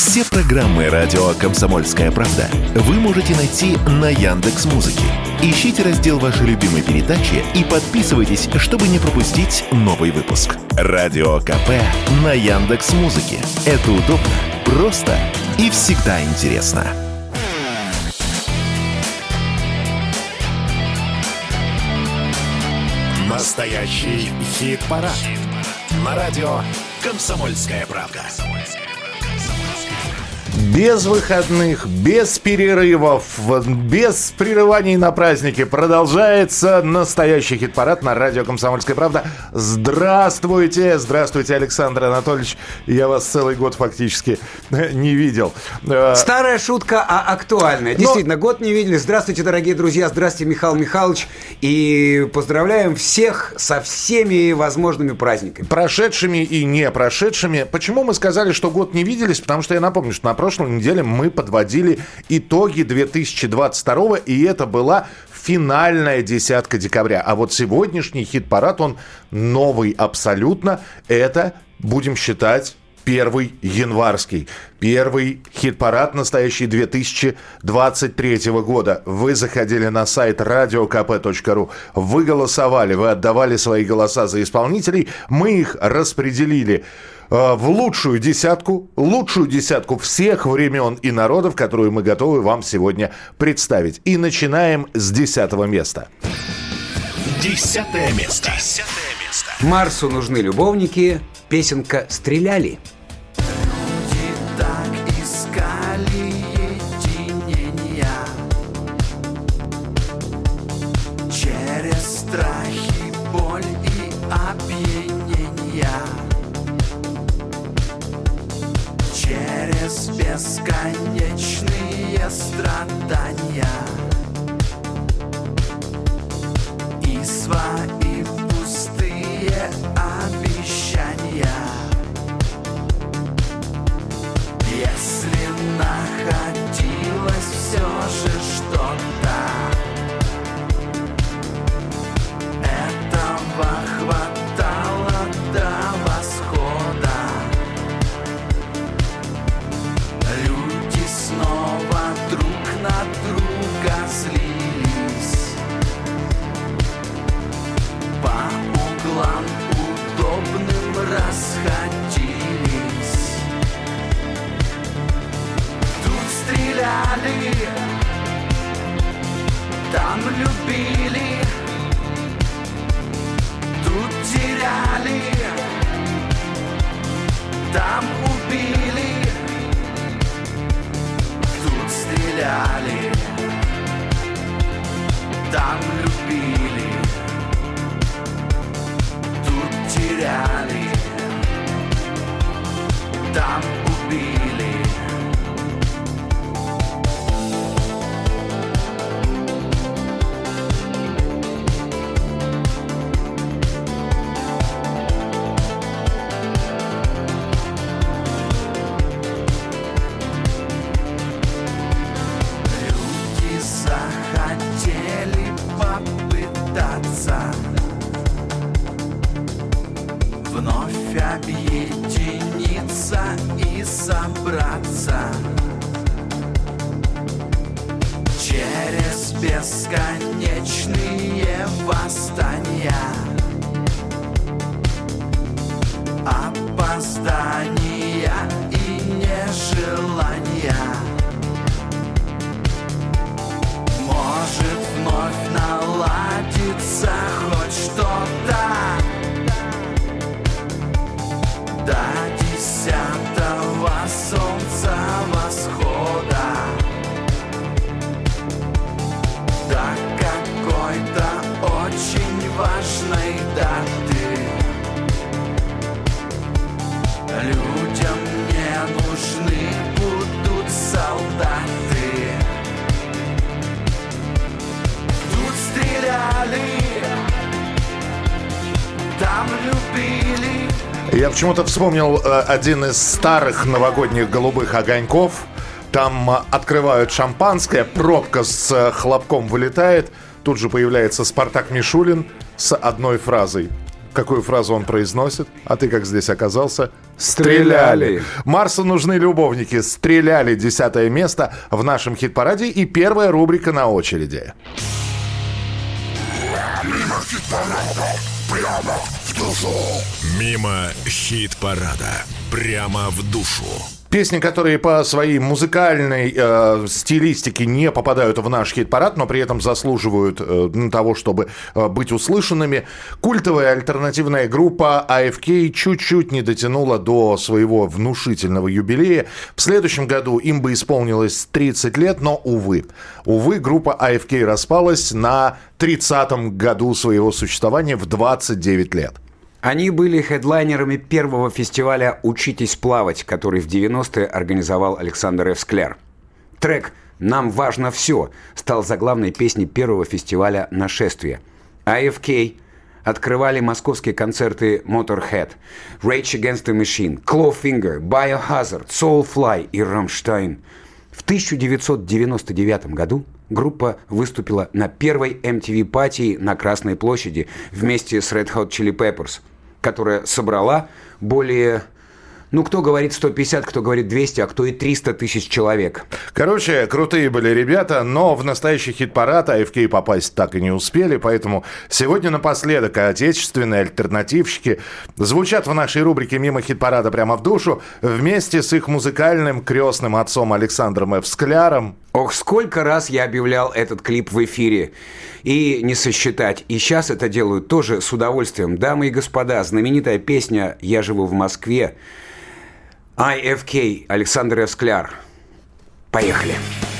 Все программы радио «Комсомольская правда» вы можете найти на Яндекс.Музыке. Ищите раздел вашей любимой передачи и подписывайтесь, чтобы не пропустить новый выпуск. Радио КП на Яндекс.Музыке. Это удобно, просто и всегда интересно. Настоящий хит-парад. На радио «Комсомольская правда». Без выходных, без перерывов, без прерываний на праздники продолжается настоящий хит-парад на радио «Комсомольская правда». Здравствуйте, здравствуйте, Александр Анатольевич. Я вас целый год фактически не видел. Старая шутка, а актуальная. Действительно, год не видели. Здравствуйте, дорогие друзья. Здравствуйте, Михаил Михайлович. И поздравляем всех со всеми возможными праздниками. Прошедшими и не прошедшими. Почему мы сказали, что год не виделись? Потому что я напомню, что на прошлой неделе мы подводили итоги 2022, и это была финальная десятка декабря. А вот сегодняшний хит-парад, он новый абсолютно. Это, будем считать, первый январский. Первый хит-парад настоящий 2023 года. Вы заходили на сайт radiokp.ru, вы голосовали, вы отдавали свои голоса за исполнителей. Мы их распределили в лучшую десятку всех времен и народов, которую мы готовы вам сегодня представить. И начинаем с 10-го места. 10-е место. Марсу нужны любовники. Песенка «Стреляли». Бесконечные страдания и свои пустые обещания. Если находилось все же что-то, этого хватало до восхода. Люди снова друг на друга злились, по углам удобным расходились. Тут стреляли, там любили, тут теряли, там убили. Тут стреляли, там любили, тут теряли, там убили. Захотели попытаться вновь объединиться и собраться через бесконечные восстания, опоздания и нежелания. Может вновь наладиться хоть что-то до 10-го солнца восхода, до какой-то очень важной даты. Людям не нужны будут солдаты. Там любили. Я почему-то вспомнил один из старых новогодних голубых огоньков. Там открывают шампанское, пробка с хлопком вылетает. Тут же появляется Спартак Мишулин с одной фразой: Какую фразу он произносит? А ты как здесь оказался? Стреляли. Марсу нужны любовники. Стреляли. 10 место в нашем хит-параде. И первая рубрика на очереди. Мимо хит-парада. Прямо в душу. Мимо хит-парада. Прямо в душу. Песни, которые по своей музыкальной стилистике не попадают в наш хит-парад, но при этом заслуживают того, чтобы быть услышанными. Культовая альтернативная группа AFK чуть-чуть не дотянула до своего внушительного юбилея. В следующем году им бы исполнилось 30 лет, но, увы. Увы, группа AFK распалась на 30-м году своего существования в 29 лет. Они были хедлайнерами первого фестиваля «Учитесь плавать», который в 90-е организовал Александр Ф. Скляр. Трек «Нам важно все» стал заглавной песней первого фестиваля «Нашествие». AFK открывали московские концерты Motorhead, Rage Against the Machine, Clawfinger, Biohazard, Soulfly и Rammstein. В 1999 году группа выступила на первой MTV-пати на Красной площади вместе с Red Hot Chili Peppers, которая собрала более, кто говорит 150, кто говорит 200, а кто и 300 тысяч человек. Короче, крутые были ребята, но в настоящий хит-парад AFK попасть так и не успели, поэтому сегодня напоследок отечественные альтернативщики звучат в нашей рубрике «Мимо хит-парада прямо в душу» вместе с их музыкальным крестным отцом Александром Ф. Скляром. Ох, сколько раз я объявлял этот клип в эфире. И не сосчитать. И сейчас это делаю тоже с удовольствием. Дамы и господа, знаменитая песня «Я живу в Москве». AFK, Александр Ф. Скляр. Поехали.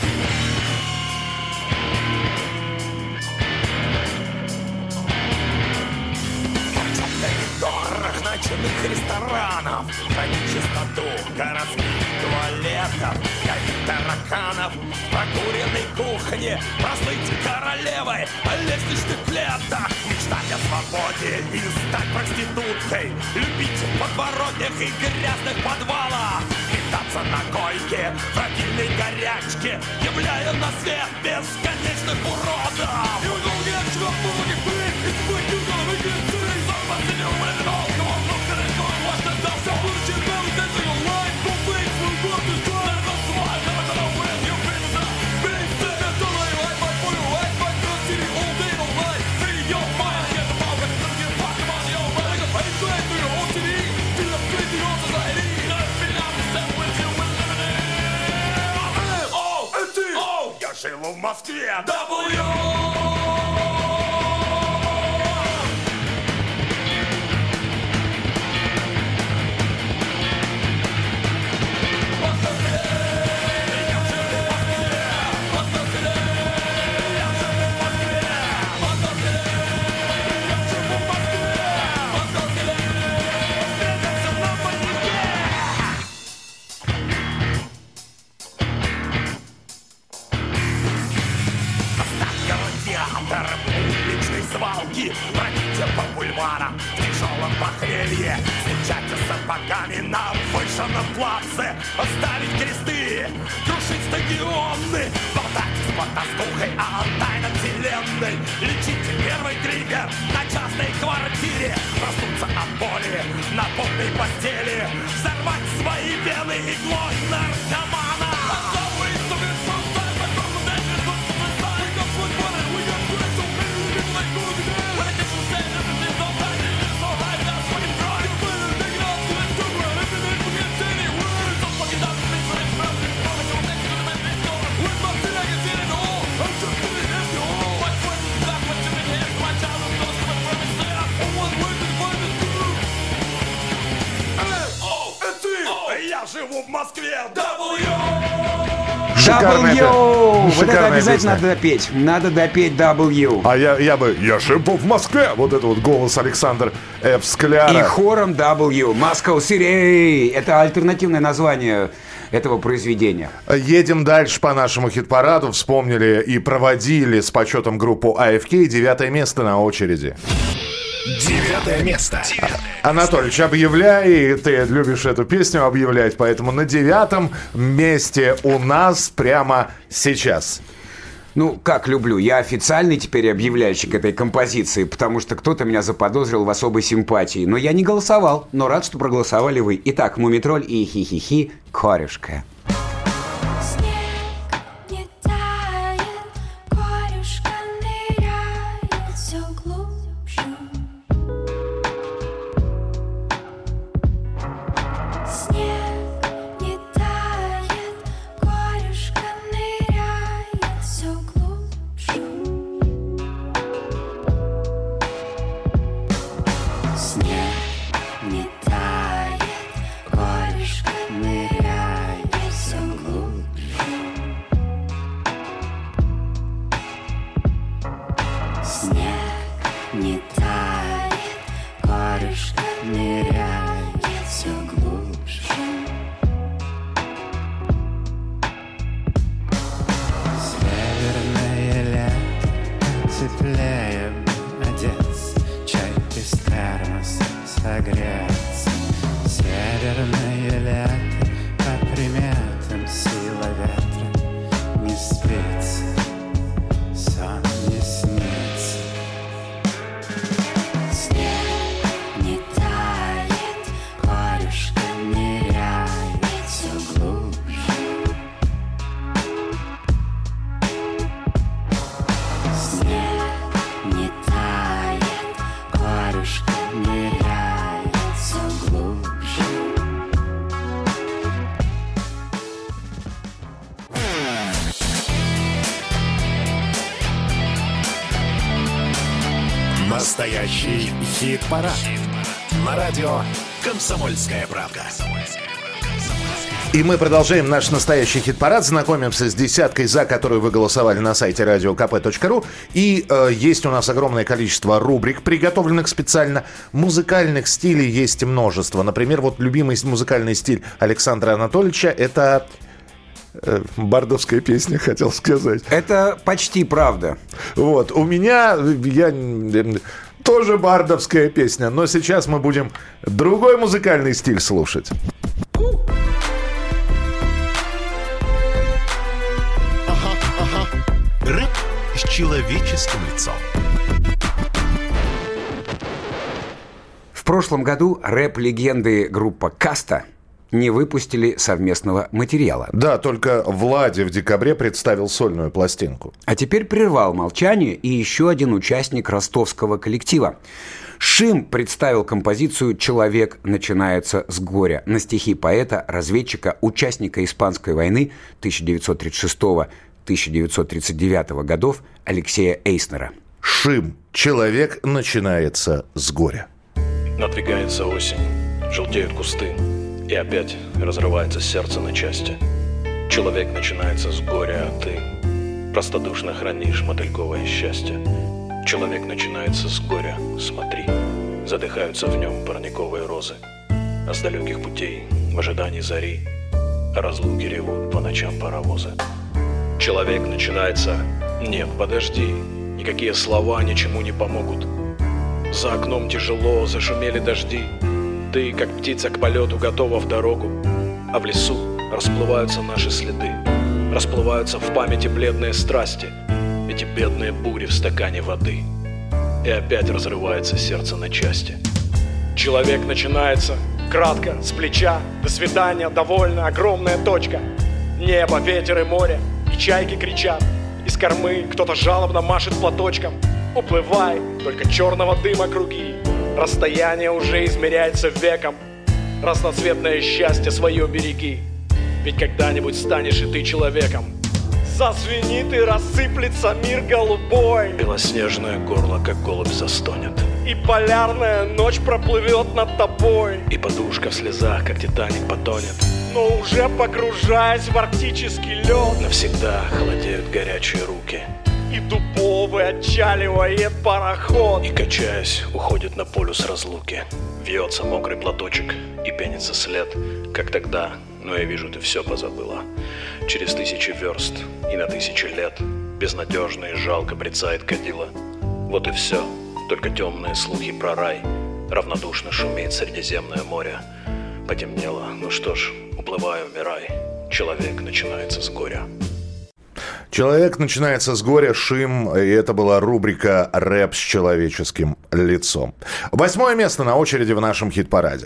Коридорах ночных ресторанов, хранить чистоту городских туалетов, ковид тараканов, прокуренной кухне, прослыть королевой, лестничных клеток, мечтать о свободе и стать проституткой, любить в подворотнях и грязных подвалах, питаться на койке, в родильной горячке, являя на свет бесконечных уродов. You don't get your money back, it's what you gonna make it to. Somebody new and it all, come on, look at it, go and watch the dust. So put your belly dancing on line, go play for what is done. Let us fly, never gonna win, you're famous now. Big thing, I don't know, I fight for you, I fight for the city all day, all night. Free your mind, get the power, let's get fucked up on your mind. Like a pay trade to your own city, to the crazy old society. Nothing I'm set with you, we're living in. M-O-N-T, я живу в Москве, W. Бродите по бульварам в тяжелом похмелье, встречайте сапогами на обвышенном плаце, ставить кресты, крушить стадионы, болтать с потаскухой о тайнах вселенной, лечите первый триггер на частной квартире, проснуться от боли на потной постели, взорвать свои вены иглой наркомана. Я живу в Москве, W! Шикарная W! Вот это обязательно песня. надо допеть. Надо допеть W. А я живу в Москве. Вот это вот голос Александр Ф. Скляра. И хором W. Moscow City. Это альтернативное название этого произведения. Едем дальше по нашему хит-параду. Вспомнили и проводили с почетом группу AFK. 9 место на очереди. 9 место. Анатольевич, объявляй, ты любишь эту песню объявлять, поэтому на 9 месте у нас прямо сейчас. Ну, как люблю. Я официальный теперь объявляющик этой композиции, потому что кто-то меня заподозрил в особой симпатии. Но я не голосовал, но рад, что проголосовали вы. Итак, Мумитроль и Хи-Хи-Хи, Корюшка. Настоящий хит-парад. На радио «Комсомольская правда». И мы продолжаем наш настоящий хит-парад. Знакомимся с десяткой, за которую вы голосовали на сайте radiokp.ru. И есть у нас огромное количество рубрик, приготовленных специально. Музыкальных стилей есть множество. Например, вот любимый музыкальный стиль Александра Анатольевича – это... бардовская песня, хотел сказать. Это почти правда. Вот, у меня тоже бардовская песня, но сейчас мы будем другой музыкальный стиль слушать. Рэп с человеческим лицом. В прошлом году рэп-легенды группа «Каста» не выпустили совместного материала. Да, только Влади в декабре представил сольную пластинку. А теперь прервал молчание и еще один участник ростовского коллектива. Шим представил композицию «Человек начинается с горя» на стихи поэта, разведчика, участника Испанской войны 1936-1939 годов Алексея Эйснера. Шим. «Человек начинается с горя». Надвигается осень, желтеют кусты, и опять разрывается сердце на части. Человек начинается с горя, а ты простодушно хранишь мотыльковое счастье. Человек начинается с горя, смотри, задыхаются в нем парниковые розы. А с далеких путей, в ожидании зари, разлуки ревут по ночам паровозы. Человек начинается... Нет, подожди, никакие слова ничему не помогут. За окном тяжело, зашумели дожди. Ты, как птица к полету, готова в дорогу. А в лесу расплываются наши следы. Расплываются в памяти бледные страсти. Эти бедные бури в стакане воды. И опять разрывается сердце на части. Человек начинается кратко, с плеча. До свидания, довольно, огромная точка. Небо, ветер и море, и чайки кричат. Из кормы кто-то жалобно машет платочком. Уплывай, только черного дыма круги. Расстояние уже измеряется веком. Разноцветное счастье свое береги. Ведь когда-нибудь станешь и ты человеком. Зазвенит и рассыплется мир голубой. Белоснежное горло, как голубь, застонет. И полярная ночь проплывет над тобой. И подушка в слезах, как Титаник, потонет. Но уже погружаясь в арктический лед, навсегда холодеют горячие руки. И дубовый отчаливает пароход. И, качаясь, уходит на полюс разлуки. Вьется мокрый платочек и пенится след. Как тогда, но я вижу, ты все позабыла. Через 1000 верст и на 1000 лет безнадежно и жалко брецает кадила. Вот и все, только темные слухи про рай. Равнодушно шумит Средиземное море. Потемнело, ну что ж, уплывай, умирай. Человек начинается с горя. Человек начинается с горя, Шим, и это была рубрика «Рэп с человеческим лицом». 8 место на очереди в нашем хит-параде.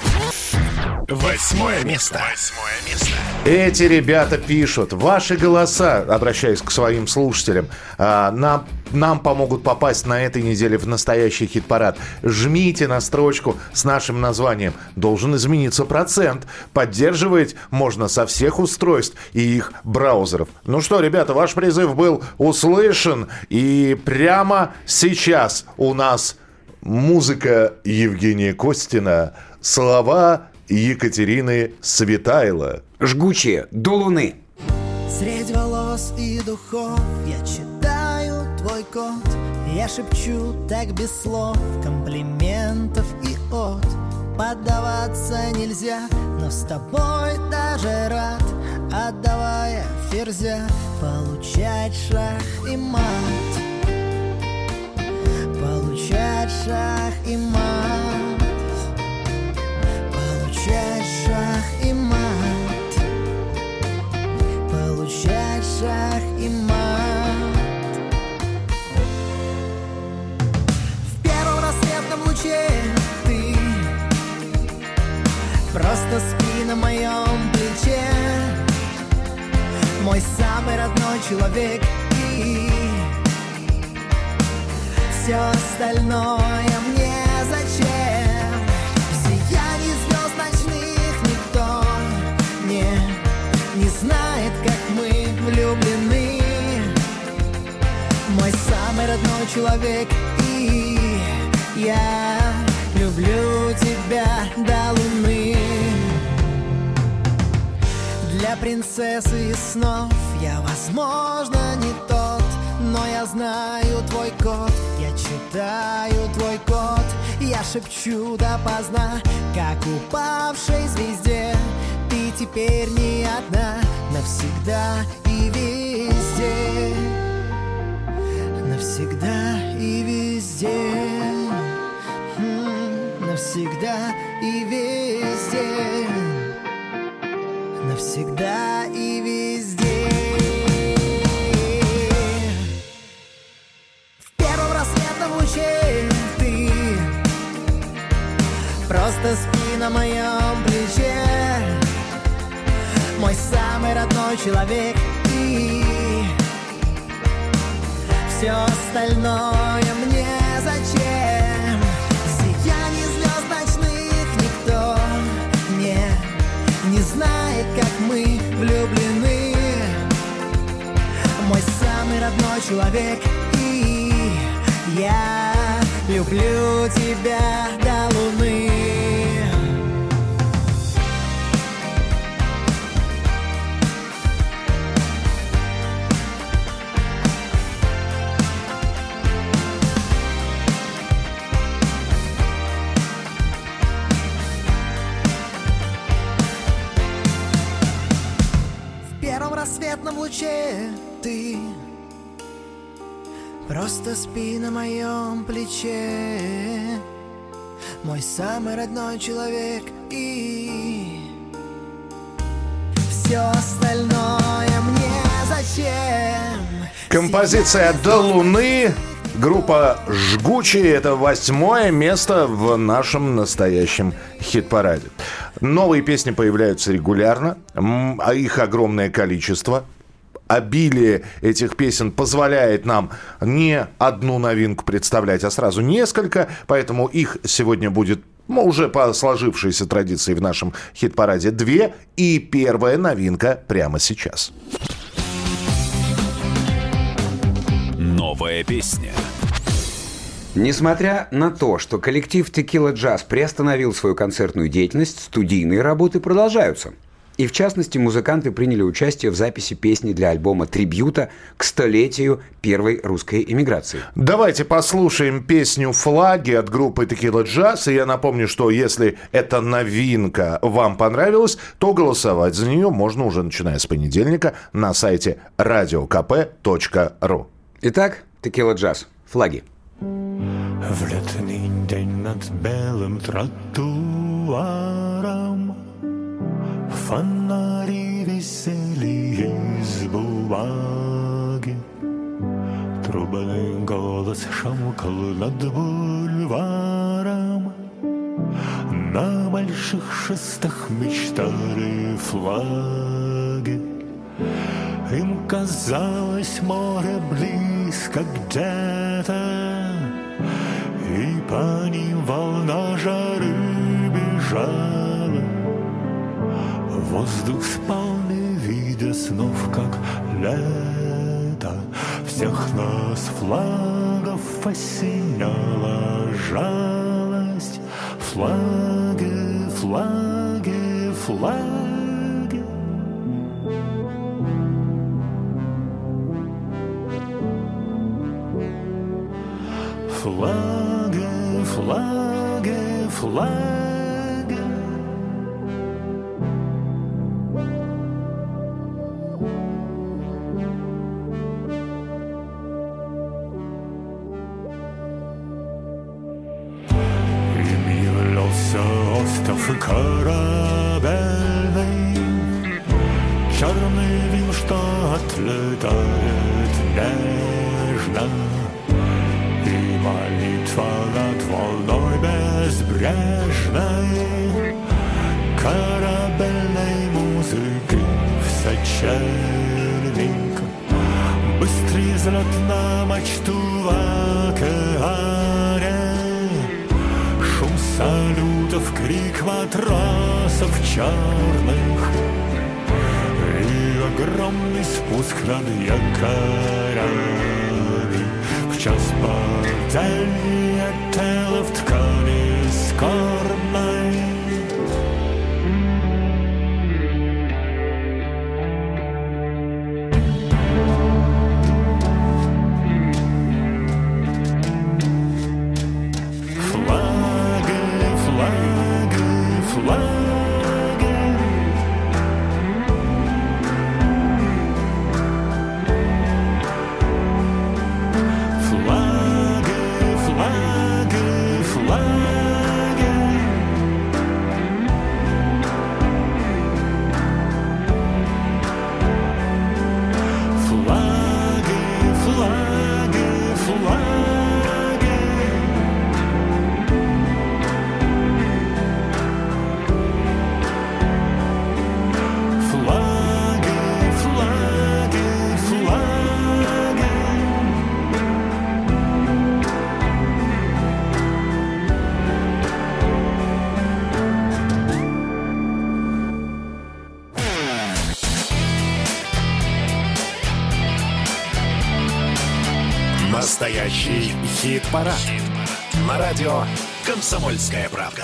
8 место. Эти ребята пишут, ваши голоса, обращаясь к своим слушателям, нам помогут попасть на этой неделе в настоящий хит-парад. Жмите на строчку с нашим названием. Должен измениться процент. Поддерживать можно со всех устройств и их браузеров. Ну что, ребята, ваш призыв был услышан. И прямо сейчас у нас музыка Евгения Костина, слова Екатерины Светайло. Жгучие до луны. Средь волос и духов я читаю твой код. Я шепчу так без слов комплиментов и от. Поддаваться нельзя, но с тобой даже рад, отдавая ферзя, получать шах и мат. Получать шах и мат. Получать шах и мат. Получать шах и мат. В первом рассветном луче ты просто спи на моем плече. Мой самый родной человек. И все остальное мне зачем? В сиянии звезд ночных никто не знает, как мы влюблены. Мой самый родной человек. И я люблю тебя до луны. Для принцессы из снов я, возможно, не тот, но я знаю твой код, я читаю твой код. Я шепчу допоздна, как упавшей звезде. Ты теперь не одна, навсегда и везде. Навсегда и везде. Навсегда и везде. Навсегда и везде. В первом рассветном луче ты просто спи на моем плече. Мой самый родной человек. И все остальное мне зачем? Сияние звезд ночных никто не знает, как мы влюблены. Мой самый родной человек. И я люблю тебя до луны. В рассветном луче ты просто спи на моем плече. Мой самый родной человек. И все остальное мне зачем? Композиция «До луны». Группа «Жгучие» — это 8 место в нашем настоящем хит-параде. Новые песни появляются регулярно, а их огромное количество. Обилие этих песен позволяет нам не одну новинку представлять, а сразу несколько. Поэтому их сегодня будет, уже по сложившейся традиции в нашем хит-параде 2. И первая новинка прямо сейчас. Новая песня. Несмотря на то, что коллектив Tequila Jazz приостановил свою концертную деятельность, студийные работы продолжаются. И в частности, музыканты приняли участие в записи песни для альбома трибьюта к 100-летию первой русской эмиграции. Давайте послушаем песню «Флаги» от группы Tequila Jazz. И я напомню, что если эта новинка вам понравилась, то голосовать за нее можно уже начиная с понедельника на сайте radiokp.ru. Итак, Tequila Jazz. «Флаги». В летний день над белым тротуаром фонари весели из бульвара. Скорбный голос шамкал над бульваром. На больших шестах мечтали флаги. Им казалось море близко где-то, и по ним волна жары бежала. Воздух спал, не видя снов, как лето. Всех нас флагов осеняла жалость. Флаги, флаги, флаги. Флаги, флаги, флаги. Им являлся остров корабельный, черный дым, что отлетает нежно. Молитва над волной безбрежной, корабельной музыки в сочельник. Быстрый взлет на мачту в океане, шум салютов, крик матросов черных и огромный спуск над якорями. В час падения тела в ткани скорбной. Флаги, флаги, флаги. Флаги, флаги, флаги. Флаги, флаги, флаги. Флаги, флаги, флаги. Настоящий хит-парад. На радио «Комсомольская правда».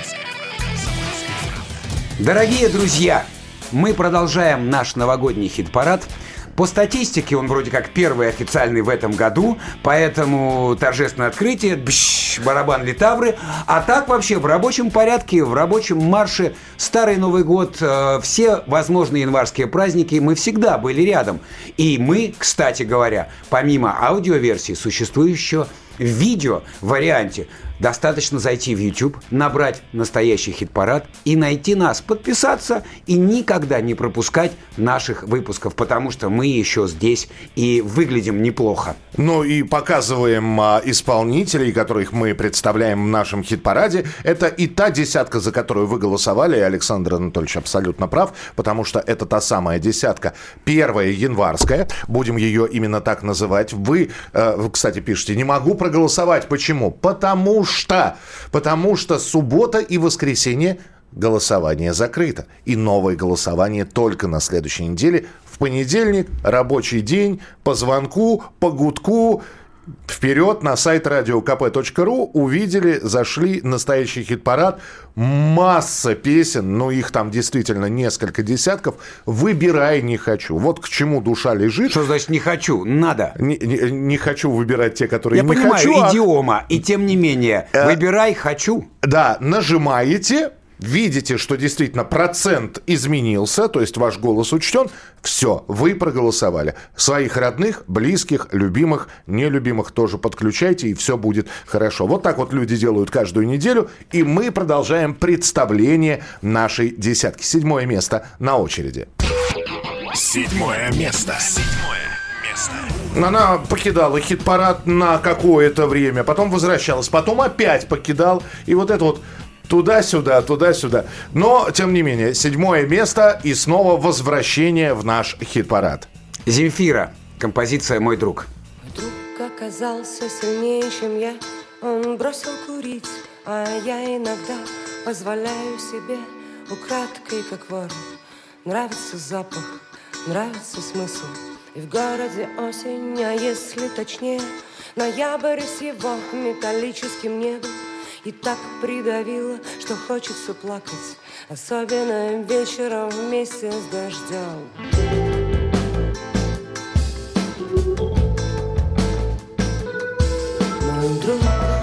Дорогие друзья, мы продолжаем наш новогодний хит-парад. По статистике он вроде как первый официальный в этом году, поэтому торжественное открытие, барабан литавры. А так вообще в рабочем порядке, в рабочем марше Старый Новый год, все возможные январские праздники, мы всегда были рядом. И мы, кстати говоря, помимо аудиоверсии, существует еще видео-варианте. Достаточно зайти в YouTube, набрать «Настоящий хит-парад» и найти нас, подписаться и никогда не пропускать наших выпусков, потому что мы еще здесь и выглядим неплохо. Ну и показываем исполнителей, которых мы представляем в нашем хит-параде. Это и та десятка, за которую вы голосовали, и Александр Анатольевич абсолютно прав, потому что это та самая десятка, первая январская, будем ее именно так называть. Вы, кстати, пишете, не могу проголосовать. Почему? Потому что суббота и воскресенье голосование закрыто. И новое голосование только на следующей неделе. В понедельник рабочий день, по звонку, по гудку. Вперед на сайт radiokp.ru, увидели, зашли, настоящий хит-парад, масса песен, ну их там действительно несколько десятков, выбирай не хочу. Вот к чему душа лежит. Что значит не хочу? Надо. Не хочу выбирать те, которые я не понимаю, хочу. идиома, и тем не менее, выбирай хочу. Да, нажимаете, видите, что действительно процент изменился, то есть ваш голос учтен, все, вы проголосовали. Своих родных, близких, любимых, нелюбимых тоже подключайте, и все будет хорошо. Вот так вот люди делают каждую неделю, и мы продолжаем представление нашей десятки. 7-е место на очереди. 7-е место. Она покидала хит-парад на какое-то время, потом возвращалась, потом опять покидал. И вот это вот туда-сюда, туда-сюда. Но, тем не менее, 7 место и снова возвращение в наш хит-парад. Земфира. Композиция «Мой друг». Мой друг оказался сильнее, чем я. Он бросил курить, а я иногда позволяю себе украдкой, как вор. Нравится запах, нравится смысл. И в городе осень, а если точнее, ноябрь с его металлическим небом. И так придавило, что хочется плакать, особенно вечером вместе с дождем. Мой друг.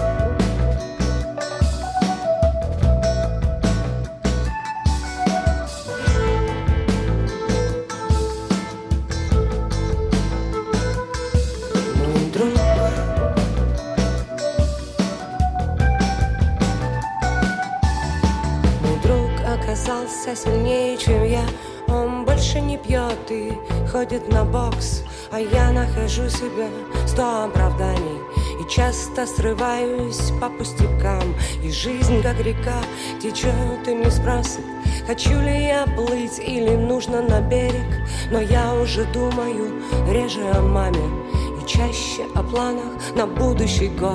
Оказался сильнее, чем я. Он больше не пьет и ходит на бокс, а я нахожу себе 100 оправданий и часто срываюсь по пустякам. И жизнь, как река, течет и не спросит, хочу ли я плыть или нужно на берег. Но я уже думаю реже о маме и чаще о планах на будущий год.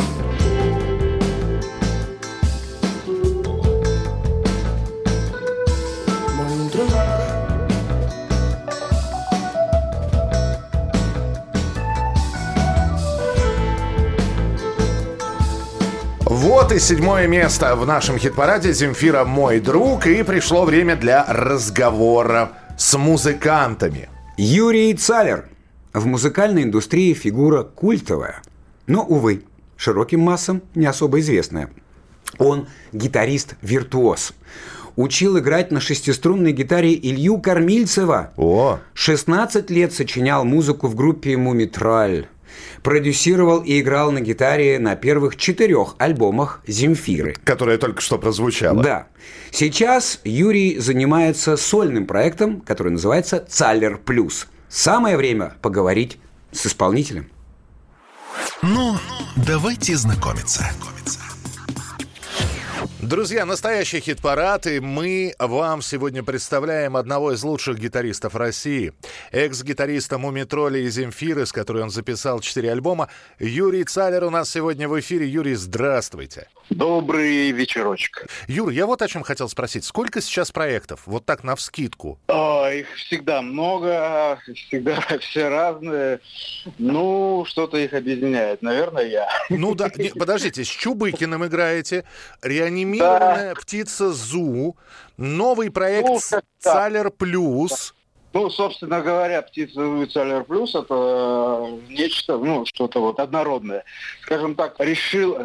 Вот и 7 место в нашем хит-параде. Земфира «Мой друг». И пришло время для разговора с музыкантами. Юрий Цалер. В музыкальной индустрии фигура культовая, но, увы, широким массам не особо известная. Он гитарист-виртуоз. Учил играть на шестиструнной гитаре Илью Кормильцева. 16 лет сочинял музыку в группе «Мумитроль». Продюсировал и играл на гитаре на первых 4 альбомах Земфиры. Которая только что прозвучала. Да. Сейчас Юрий занимается сольным проектом, который называется «Цалер Плюс». Самое время поговорить с исполнителем. Ну, давайте знакомиться. Друзья, настоящий хит-парад, и мы вам сегодня представляем одного из лучших гитаристов России. Экс-гитариста «Мумитроля» и «Земфиры», с которой он записал 4 альбома. Юрий Цалер у нас сегодня в эфире. Юрий, здравствуйте. Добрый вечерочек. Юр, я вот о чем хотел спросить. Сколько сейчас проектов? Вот так навскидку. Их всегда много, всегда все разные. Ну, что-то их объединяет. Наверное, я. Ну да, подождите, с Чубыкиным играете, реанимированная птица Зу, новый проект «Цалер Плюс». Ну, собственно говоря, «Птица Зу» и «Цалер Плюс» — это нечто, что-то вот однородное. Скажем так, решил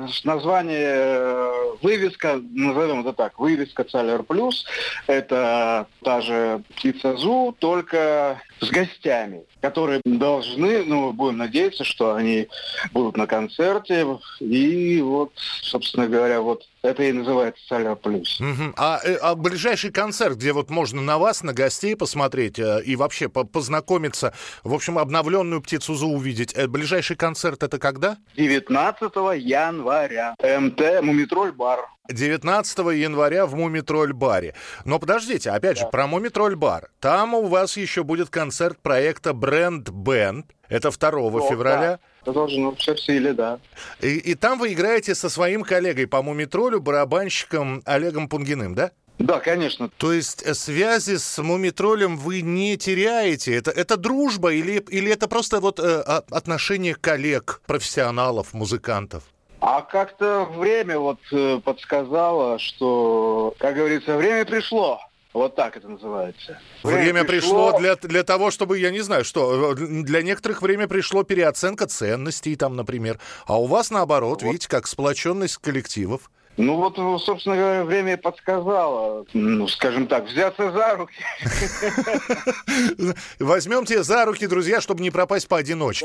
название, вывеска, назовем это так, вывеска «Цалер Плюс» — это та же «Птица Зу», только с гостями, которые должны, будем надеяться, что они будут на концерте, и вот, собственно говоря, вот это и называется «Цалер Плюс». А ближайший концерт, где вот можно на вас, на гостей посмотреть и вообще познакомиться, в общем, обновленную «Птицу Зу» увидеть, ближайший концерт это когда? 19 января. МТ «Мумитроль бар». 19 января в «Мумитроль-баре». Но подождите, опять же, про «Мумитроль-бар». Там у вас еще будет концерт проекта «Бренд Бэнд». Это 2 февраля. Да. Это должно все в силе, да. И там вы играете со своим коллегой по «Мумитролю», барабанщиком Олегом Пунгиным, да? Да, конечно. То есть связи с «Мумитролем» вы не теряете? Это дружба или это просто вот отношение коллег, профессионалов, музыкантов? А как-то время вот подсказало, что, как говорится, время пришло. Вот так это называется. Время пришло для того, чтобы, я не знаю, что, для некоторых время пришло переоценка ценностей там, например. А у вас наоборот, вот. Видите, как сплоченность коллективов. Ну вот, собственно говоря, время подсказало, скажем так, взяться за руки. Возьмемте за руки, друзья, чтобы не пропасть поодиночке. Да.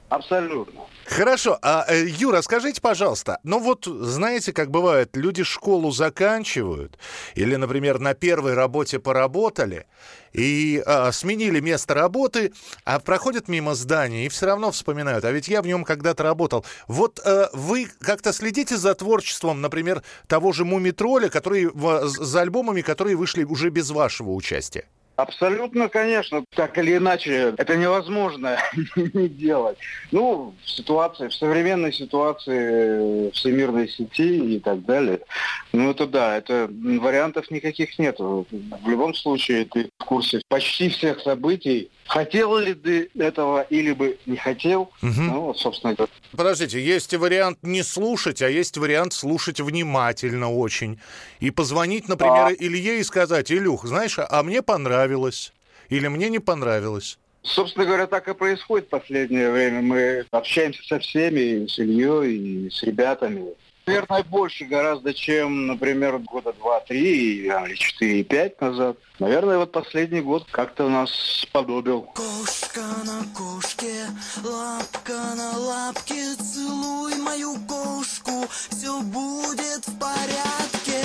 Абсолютно. Хорошо. Юра, скажите, пожалуйста, ну вот, знаете, как бывает, люди школу заканчивают или, например, на первой работе поработали и сменили место работы, а проходят мимо здания и все равно вспоминают, а ведь я в нем когда-то работал. Вот вы как-то следите за творчеством, например, того же «Мумий-тролля», за альбомами, которые вышли уже без вашего участия? Абсолютно, конечно. Так или иначе, это невозможно не делать. Ну, в современной ситуации всемирной сети и так далее. Ну, это да, это вариантов никаких нет. В любом случае, ты в курсе почти всех событий. Хотел ли ты этого или бы не хотел? Ну, вот, собственно говоря. Подождите, есть вариант не слушать, а есть вариант слушать внимательно очень. И позвонить, например, Илье и сказать: Илюх, знаешь, а мне понравилось. Или мне не понравилось. Собственно говоря, так и происходит в последнее время. Мы общаемся со всеми, и с Ильей, и с ребятами. Наверное, больше гораздо, чем, например, года 2-3 или 4-5 назад. Наверное, вот последний год как-то нас сподобил. Кошка на кошке, лапка на лапке, целуй мою кошку, все будет в порядке.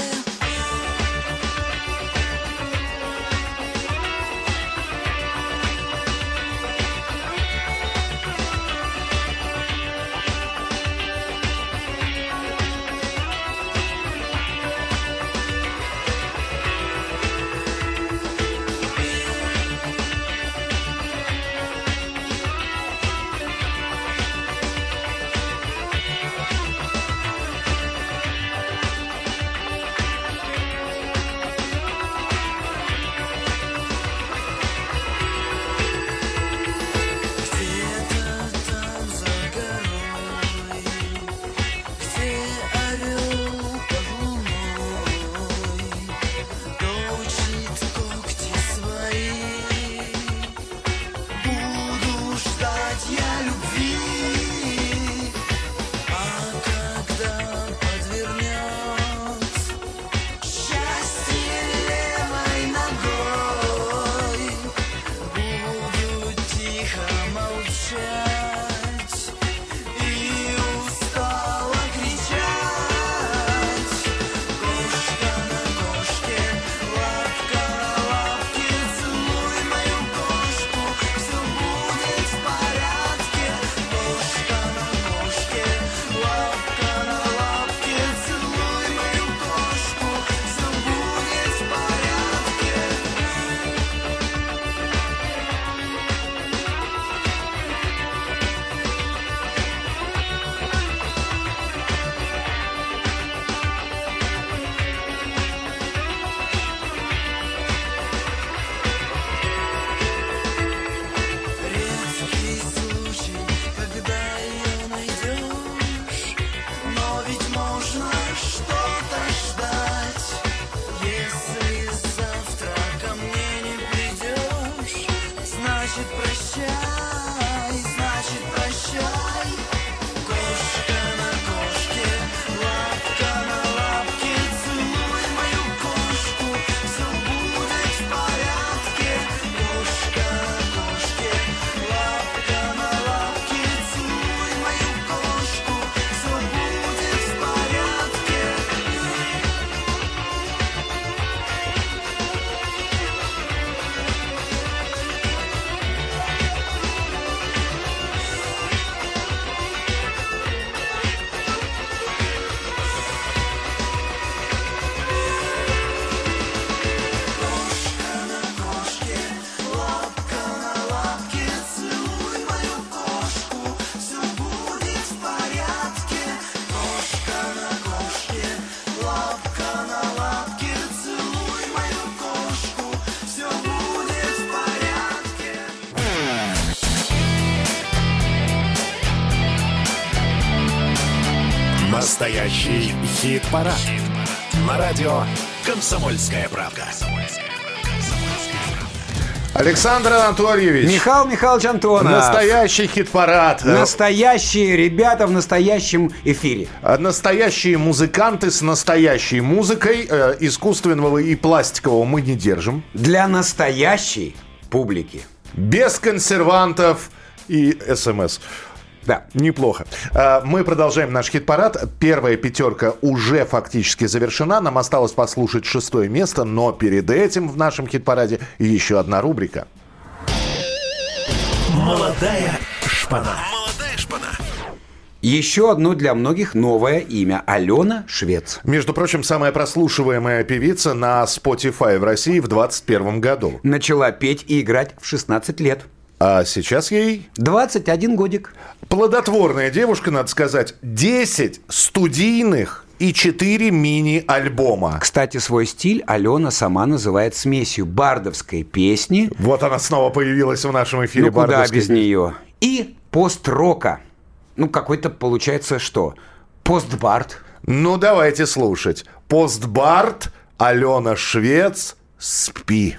Настоящий хит-парад. На радио «Комсомольская правда». Александр Анатольевич. Михаил Михайлович Антонов. Настоящий хит-парад. Настоящие ребята в настоящем эфире. Настоящие музыканты с настоящей музыкой. Искусственного и пластикового мы не держим. Для настоящей публики. Без консервантов и СМС. Да. Неплохо. Мы продолжаем наш хит-парад. Первая пятерка уже фактически завершена. Нам осталось послушать 6-е место, но перед этим в нашем хит-параде еще одна рубрика. Молодая шпана. Еще одно для многих новое имя – Алена Швец. Между прочим, самая прослушиваемая певица на Spotify в России в 2021 году. Начала петь и играть в 16 лет. А сейчас ей... 21 годик. Плодотворная девушка, надо сказать. 10 студийных и 4 мини-альбома. Кстати, свой стиль Алена сама называет смесью бардовской песни. Вот она снова появилась в нашем эфире. Ну, куда без нее. И пост-рока. Ну, какой-то, получается, что? Постбард. Ну, давайте слушать. Постбард, Алена Швец, «Спи».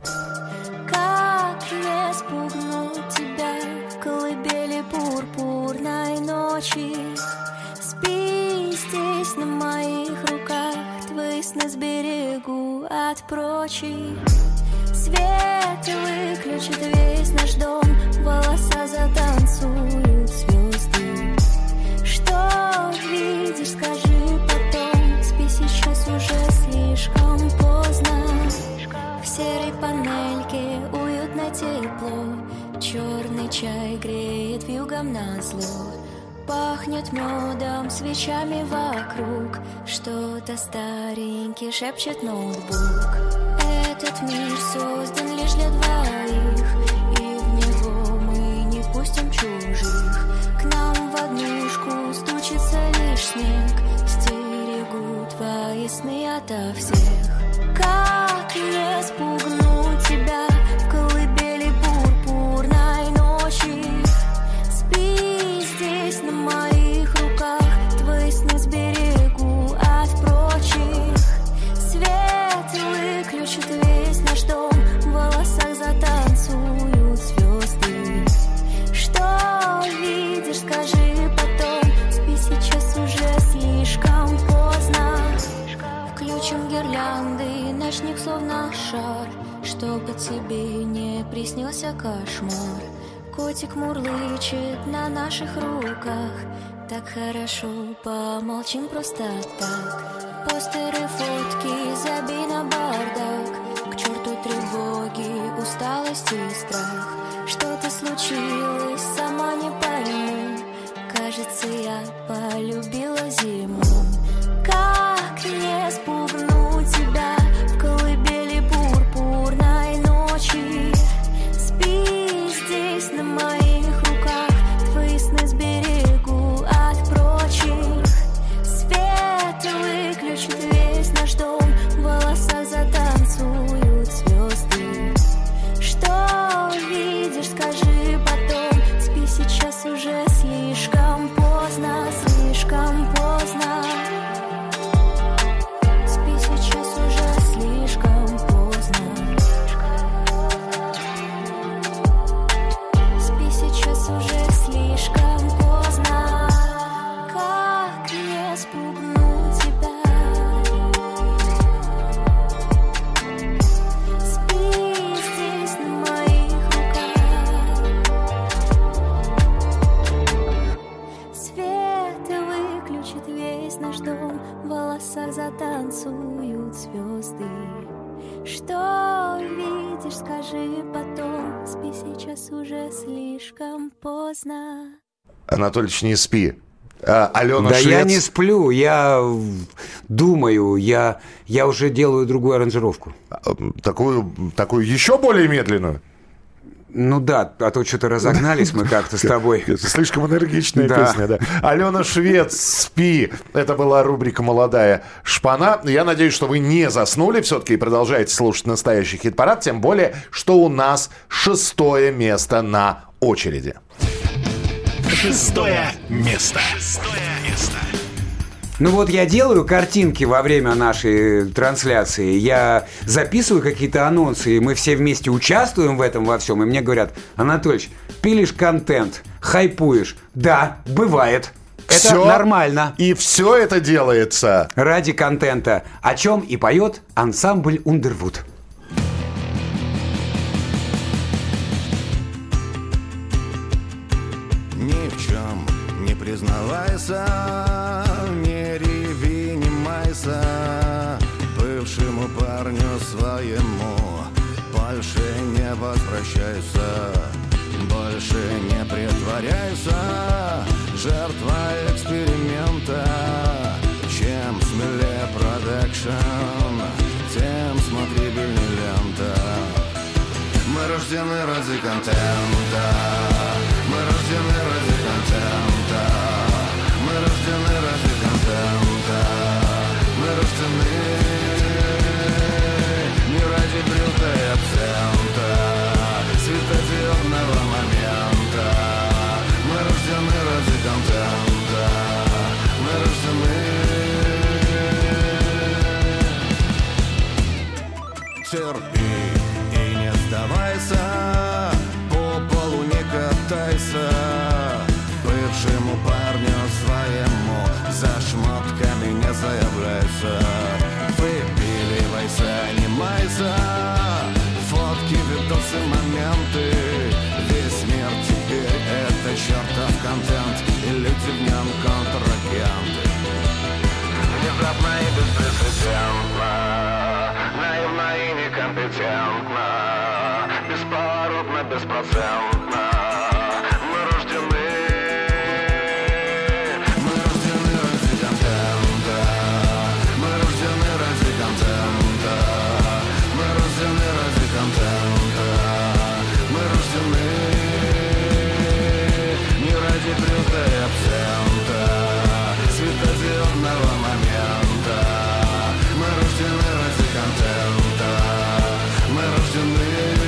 Как не спугнуть тебя в колыбели пурпурной ночи? Спи здесь на моих руках, твои сны сберегу от прочих. Свет выключит весь наш дом, волоса затанцуют звезды. Что видишь, скажи потом, спи сейчас уже слишком поздно. В серой панельке уютно тепло, черный чай греет вьюгом назло. Пахнет медом, свечами вокруг, что-то старенький шепчет ноутбук. Этот мир создан лишь для двоих, и в него мы не пустим чужих. К нам в однушку стучится лишь снег, стерегут твои сны ото всех. Как не спугнуть тебя в колыбели пурпурной ночи? Спи здесь на моих руках, твои сны сберегу от прочих. Свет выключит весь наш дом, в волосах затанцуют звезды. Что видишь, скажи потом, спи сейчас уже слишком поздно. Включим гирлянды, ночник словно шар, чтобы тебе не приснился кошмар. Котик мурлычет на наших руках, так хорошо, помолчим просто так. Постеры, фотки, забей на бардак, к черту тревоги, усталость и страх. Что-то случилось, сама не пойму, кажется, я полюбила зиму. Как не спугнуть тебя в колыбели пурпурной ночи? Спи здесь на моих руках, твои сны сберегу от прочих. Свет выключит весь наш дом, в волосах затанцуют звезды. Что видишь, скажи потом, спи сейчас уже слишком поздно, слишком поздно. Спи сейчас уже слишком поздно. Спи сейчас уже слишком поздно. Как не спугнуть тебя? Спи здесь на моих руках. Свет выключит весь наш дом, в волосах затанцуют звезды. Что видишь, скажи потом, спи сейчас уже слишком поздно. Анатольевич, не спи. Алена Да Швец. я не сплю, я думаю, я уже делаю другую аранжировку. Такую еще более медленную? Ну да, а то что-то разогнались мы как-то с тобой. Это слишком энергичная Да. песня, да. Алена Швец, «Спи». Это была рубрика «Молодая шпана». Я надеюсь, что вы не заснули все-таки и продолжаете слушать настоящий хит-парад, тем более, что у нас 6-е место на очереди. 6-е место. Ну вот я делаю картинки во время нашей трансляции, я записываю какие-то анонсы, и мы все вместе участвуем в этом во всем, и мне говорят: Анатольевич, пилишь контент, хайпуешь. Да, бывает. Это Всё? нормально. И все это делается ради контента, о чем и поет ансамбль Underwood. Ни в чем признавайся, не реви, не майся, бывшему парню своему больше не возвращайся, больше не притворяйся, жертва эксперимента. Чем смелее продакшн, тем смотрибельней лента. Мы рождены ради контента, мы рождены ради контента, мы рождены ради контента, мы рождены не ради брюка и абсента, светодиодного момента. Мы рождены ради контента, мы рождены. Терпи и не сдавайся, по полу не катайся, бывшему парню своему за шмотками не заявляйся. Выпиливайся, не майся, фотки, видосы, моменты. Весь мир теперь это чертов контент, и люди в нем контрагенты. Внезапно и беспрецедентно, наивно и некомпетентно, бесповоротно, беспроцентно. Мы рождены ради контента, мы рождены ради контента, мы рождены ради контента, мы рождены не ради брюка и абсента, светодиодного момента. Мы рождены ради контента, мы рождены.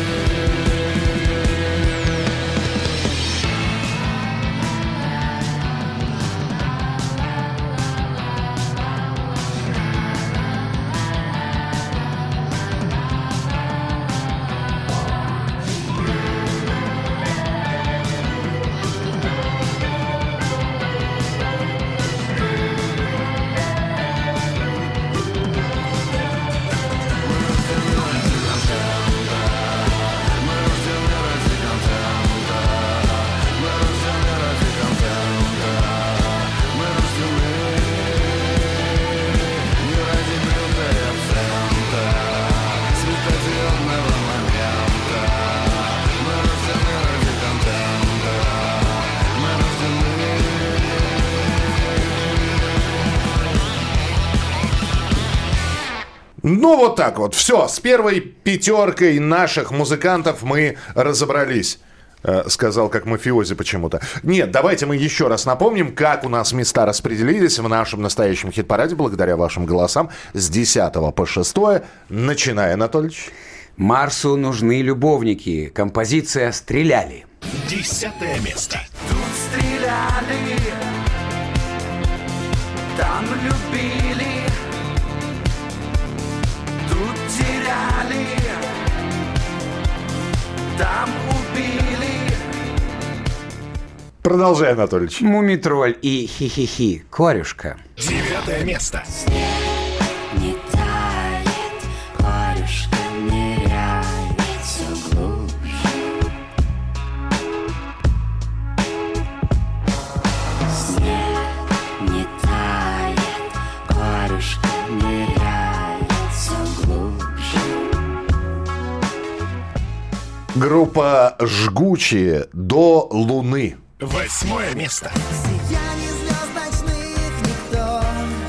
Ну, вот так вот. Все, с первой пятеркой наших музыкантов мы разобрались. Сказал, как мафиози почему-то. Нет, давайте мы еще раз напомним, как у нас места распределились в нашем настоящем хит-параде, благодаря вашим голосам, с 10 по 6. Начинай, Анатольевич. Марсу нужны любовники. Композиция «Стреляли». 10 место. Тут стреляли, там любили, тут теряли, там убили. Продолжай, Анатольевич. Мумитроль и хи-хи-хи. Корюшка. 9 место. Не тает, корюшка ныряет все глубже. Снег не тает, корюшка ныряет все глубже. Группа «Жгучие» «До луны». 8 место. Сияние звезд ночных никто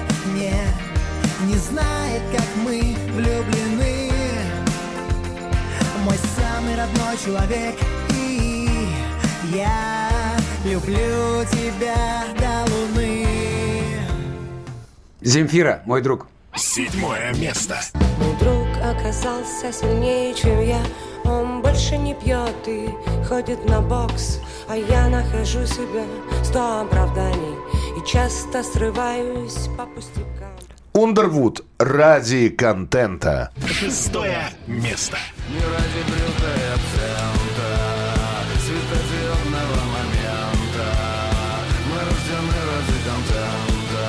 не знает, как мы влюблены. Мой самый родной человек, и я люблю тебя до луны. Земфира, мой друг. 7 место. Мой друг оказался сильнее, чем я. Он больше не пьет и ходит на бокс, а я нахожу себя 100 оправданий и часто срываюсь по пустякам. Underwood ради контента. 6 место. Не ради брюка и абсента, светодиодного момента. Мы рождены ради контента,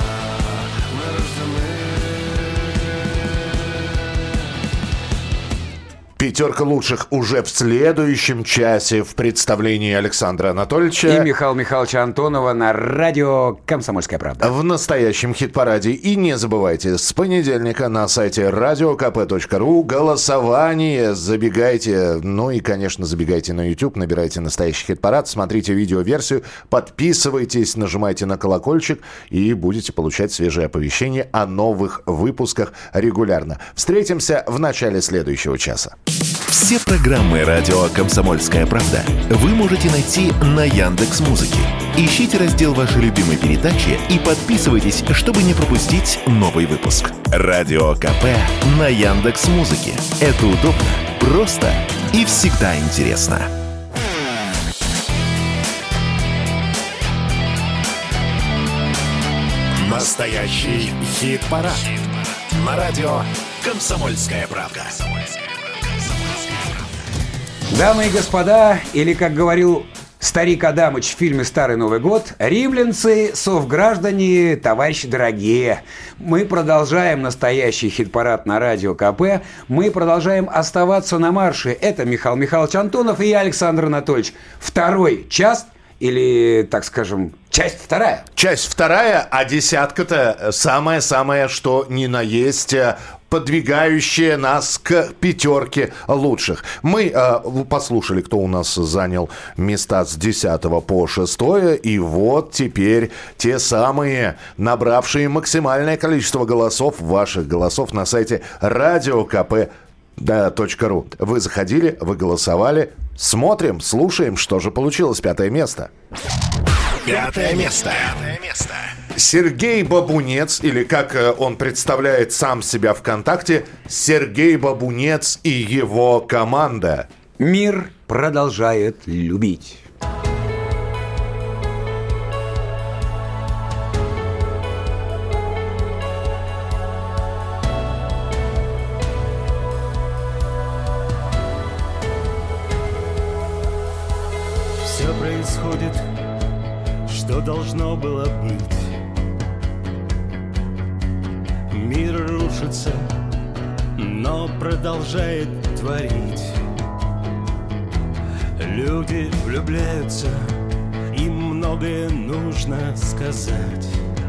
мы рождены. Пятерка лучших уже в следующем часе в представлении Александра Анатольевича. И Михаила Михайловича Антонова на радио «Комсомольская правда». В настоящем хит-параде. И не забывайте, с понедельника на сайте radiokp.ru голосование. Забегайте, ну и, конечно, забегайте на YouTube, набирайте «Настоящий хит-парад», смотрите видеоверсию, подписывайтесь, нажимайте на колокольчик и будете получать свежие оповещения о новых выпусках регулярно. Встретимся в начале следующего часа. Все программы радио «Комсомольская правда» вы можете найти на Яндекс.Музыке. Ищите раздел вашей любимой передачи и подписывайтесь, чтобы не пропустить новый выпуск. Радио КП на Яндекс.Музыке. Это удобно, просто и всегда интересно. Настоящий хит-парад. На радио «Комсомольская правда». Дамы и господа, или, как говорил старик Адамыч в фильме «Старый Новый год», римлянцы, совграждане, товарищи дорогие, мы продолжаем настоящий хит-парад на радио КП, мы продолжаем оставаться на марше. Это Михаил Михайлович Антонов и я, Александр Анатольевич. Второй час, или, так скажем, часть вторая. Часть вторая, а десятка-то самое-самое, что ни на есть, подвигающая нас к пятерке лучших. Мы послушали, кто у нас занял места с 10 по 6, и вот теперь те самые, набравшие максимальное количество голосов, ваших голосов на сайте radiokp.ru. Вы заходили, вы голосовали, смотрим, слушаем, что же получилось. 5 место. 5 место. Сергей Бабунец, или как он представляет сам себя ВКонтакте, Сергей Бабунец и его команда. Мир продолжает любить. Все происходит, что должно было быть. Мир рушится, но продолжает творить. Люди влюбляются, им многое нужно сказать.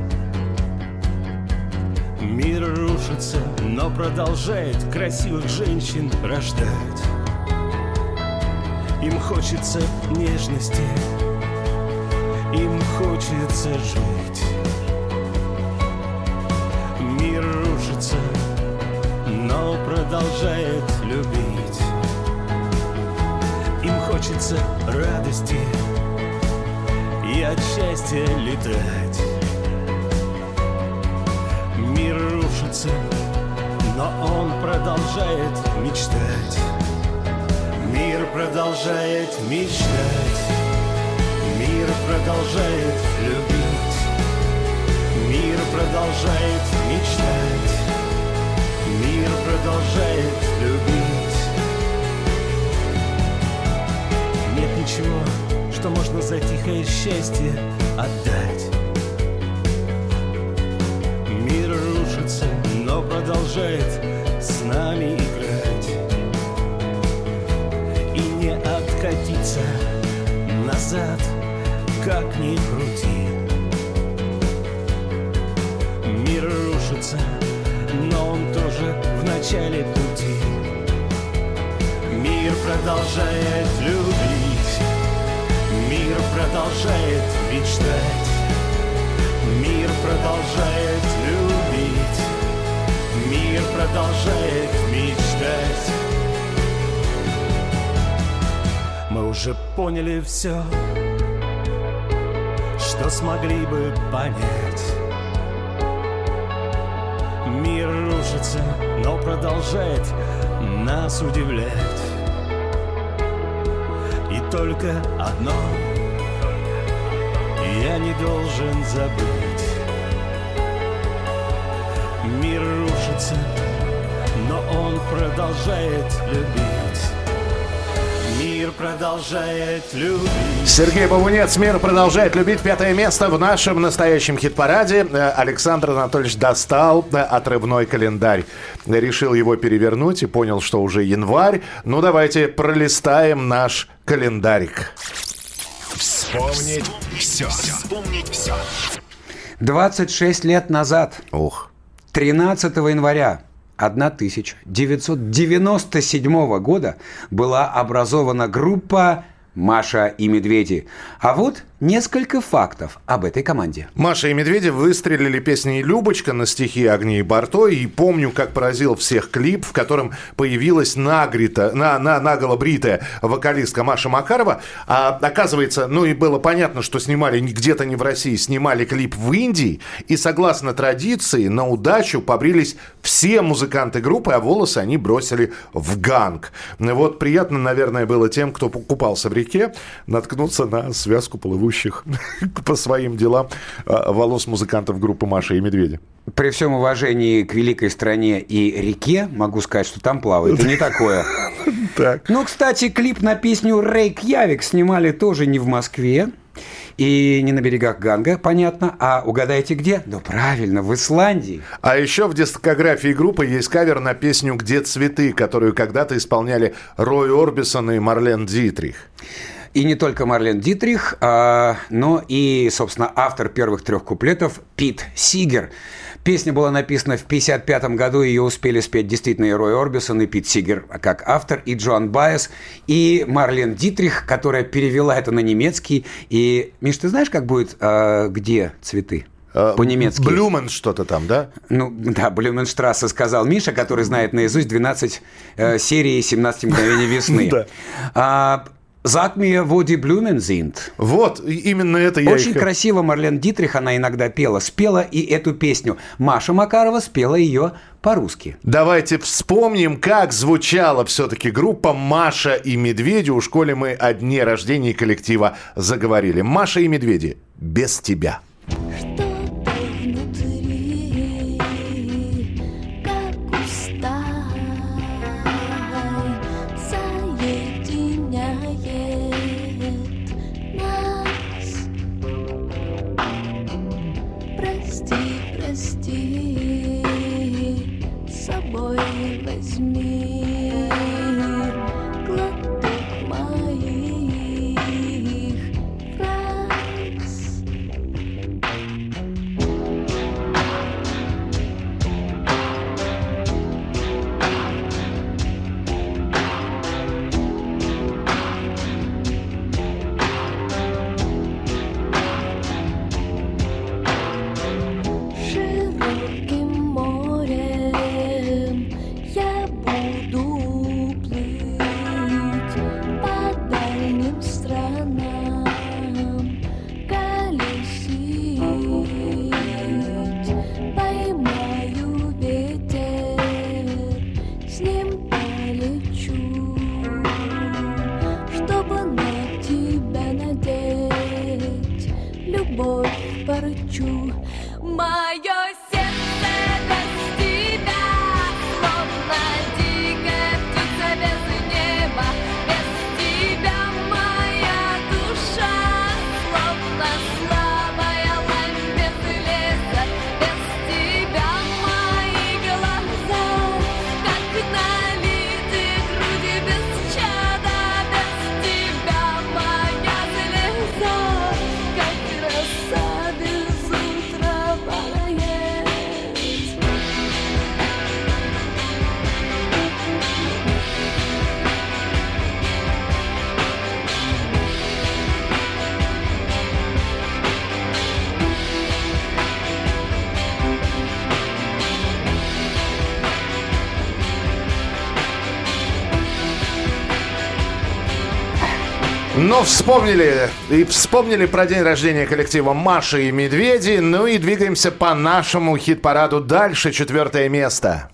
Мир рушится, но продолжает красивых женщин рождать. Им хочется нежности, им хочется жить. Мир рушится, но продолжает любить. Им хочется радости и от счастья летать. Мир рушится, но он продолжает мечтать. Мир продолжает мечтать. Мир продолжает любить. Мир продолжает мечтать. Мир продолжает любить. Нет ничего, что можно за тихое счастье отдать. Мир рушится, но продолжает с нами играть. И не откатиться назад, как ни крути. Мир рушится, но он тоже в начале пути. Мир продолжает любить. Мир продолжает мечтать. Мир продолжает любить. Мир продолжает мечтать. Мы уже поняли все, что смогли бы понять. Мир рушится, но продолжает нас удивлять. И только одно я не должен забыть. Мир рушится, но он продолжает любить. Мир продолжает любить. Сергей Бабунец, «Мир продолжает любить». 5 место в нашем настоящем хит-параде. Александр Анатольевич достал отрывной календарь. Решил его перевернуть и понял, что уже январь. Ну, давайте пролистаем наш календарик. Вспомнить все. Вспомнить все. 26 лет назад, 13 января 1997 года была образована группа «Маша и Медведи». А вот несколько фактов об этой команде. Маша и Медведи выстрелили песней «Любочка» на стихи Агнии Барто. И помню, как поразил всех клип, в котором появилась наголо бритая вокалистка Маша Макарова. А оказывается, ну и было понятно, что снимали где-то не в России, снимали клип в Индии. И согласно традиции, на удачу побрились все музыканты группы, а волосы они бросили в ганг. Вот приятно, наверное, было тем, кто купался в реке, наткнуться на связку плывущих по своим делам волос музыкантов группы «Маша и Медведи». При всем уважении к великой стране и реке, могу сказать, что там плавает. И не такое. Ну, кстати, клип на песню «Рейкьявик» снимали тоже не в Москве. И не на берегах Ганга, понятно. А угадайте где? Ну, правильно, в Исландии. А еще в дискографии группы есть кавер на песню «Где цветы», которую когда-то исполняли Рой Орбисон и Марлен Дитрих. И не только Марлен Дитрих, но и, собственно, автор первых 3 куплетов Пит Сигер. Песня была написана в 1955 году, ее успели спеть действительно и Рой Орбисон, и Пит Сигер как автор, и Джоан Байес, и Марлен Дитрих, которая перевела это на немецкий. И, Миш, ты знаешь, как будет «Где цветы»? По-немецки. Блюмен что-то там, да? Ну, да, Блюменштрассе сказал Миша, который знает наизусть 12 серий 17 мгновений весны. «Sag mir, wo die Blumen sind». Вот, именно это я Очень красиво Марлен Дитрих, она иногда пела. Спела и эту песню. Маша Макарова спела ее по-русски. Давайте вспомним, как звучала все-таки группа «Маша и Медведи». Уж коли мы о дне рождения коллектива заговорили. «Маша и Медведи. Без тебя». Ну, вспомнили про день рождения коллектива «Маша и Медведи». Ну и двигаемся по нашему хит-параду дальше. 4 место.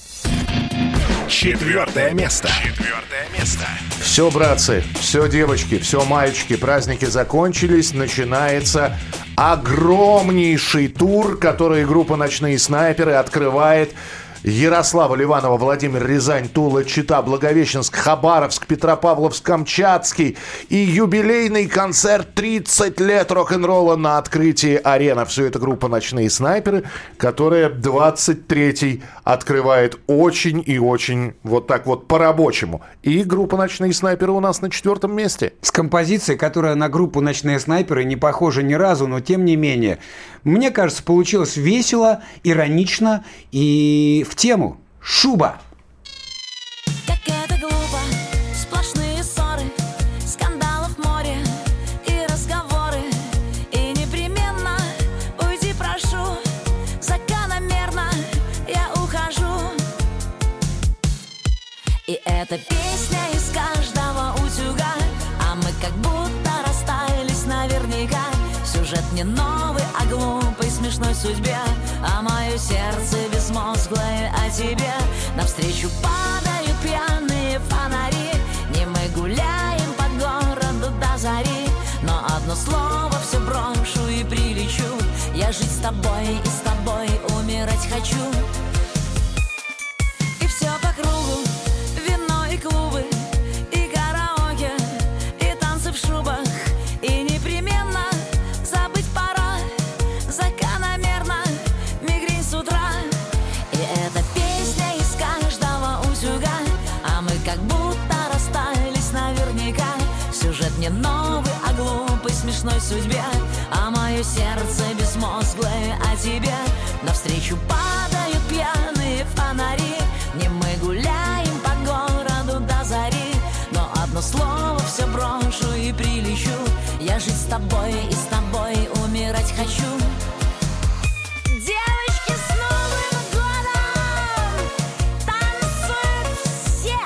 4 место. Все, братцы, все, девочки, все, мальчики, праздники закончились. Начинается огромнейший тур, который группа «Ночные снайперы» открывает Ярославль, Иваново, Владимир, Рязань, Тула, Чита, Благовещенск, Хабаровск, Петропавловск, Камчатский. И юбилейный концерт 30 лет рок-н-ролла на открытии «Арена». Все это группа «Ночные снайперы», которая 23-й открывает очень и очень вот так вот по-рабочему. И группа «Ночные снайперы» у нас на 4-м месте. С композицией, которая на группу «Ночные снайперы» не похожа ни разу, но тем не менее, мне кажется, получилось весело, иронично и в тему. «Шуба». Как это глупо, сплошные ссоры, скандалов море и разговоры. И непременно уйди, прошу, закономерно я ухожу. И эта песня из каждого утюга, а мы как будто растаялись наверняка. Сюжет не новый, а глупой, смешной судьбе, а мое сердце безмозглое о тебе. Навстречу падают пьяные фонари, не мы гуляем по городу до зари. Но одно слово все брошу и прилечу, я жить с тобой и с тобой умирать хочу. И все по кругу, вино и клубы, и караоке, и танцы в шубах, и непременно забыть пора, закономерно мигрень с утра. И эта песня из каждого утюга, а мы как будто расстались наверняка. Сюжет не новый, а глупый, смешной судьбе, а мое сердце безмозглое о тебе. Навстречу падают пьяные фонари, не мы гуляем по городу до зари. Но одно слово все брошу и прилечу, я жить с тобой и с тобой умирать хочу. Девочки с Новым годом танцуют все.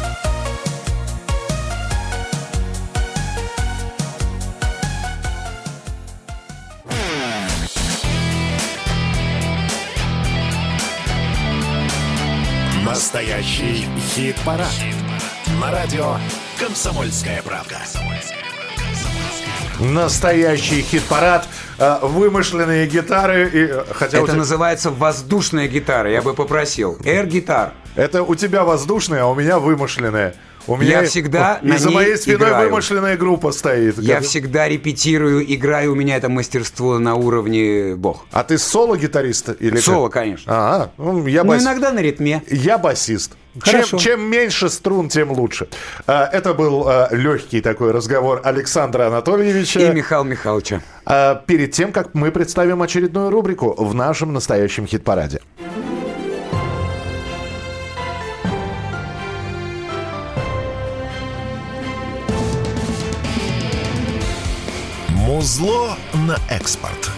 Настоящий хит-парад. На радио «Комсомольская правда». Настоящий хит-парад, вымышленные гитары. И, хотя это называется воздушная гитара, я бы попросил. Air-гитар. Это у тебя воздушная, а у меня вымышленная. У меня я всегда на и за ней моей спиной играю. Вымышленная группа стоит. Я всегда репетирую, играю, у меня это мастерство на уровне бог. А ты соло-гитарист? Или соло, конечно. Я иногда на ритме. Я басист. Чем меньше струн, тем лучше. Это был легкий такой разговор Александра Анатольевича и Михаила Михайловича. Перед тем, как мы представим очередную рубрику в нашем настоящем хит-параде. Музло на экспорт.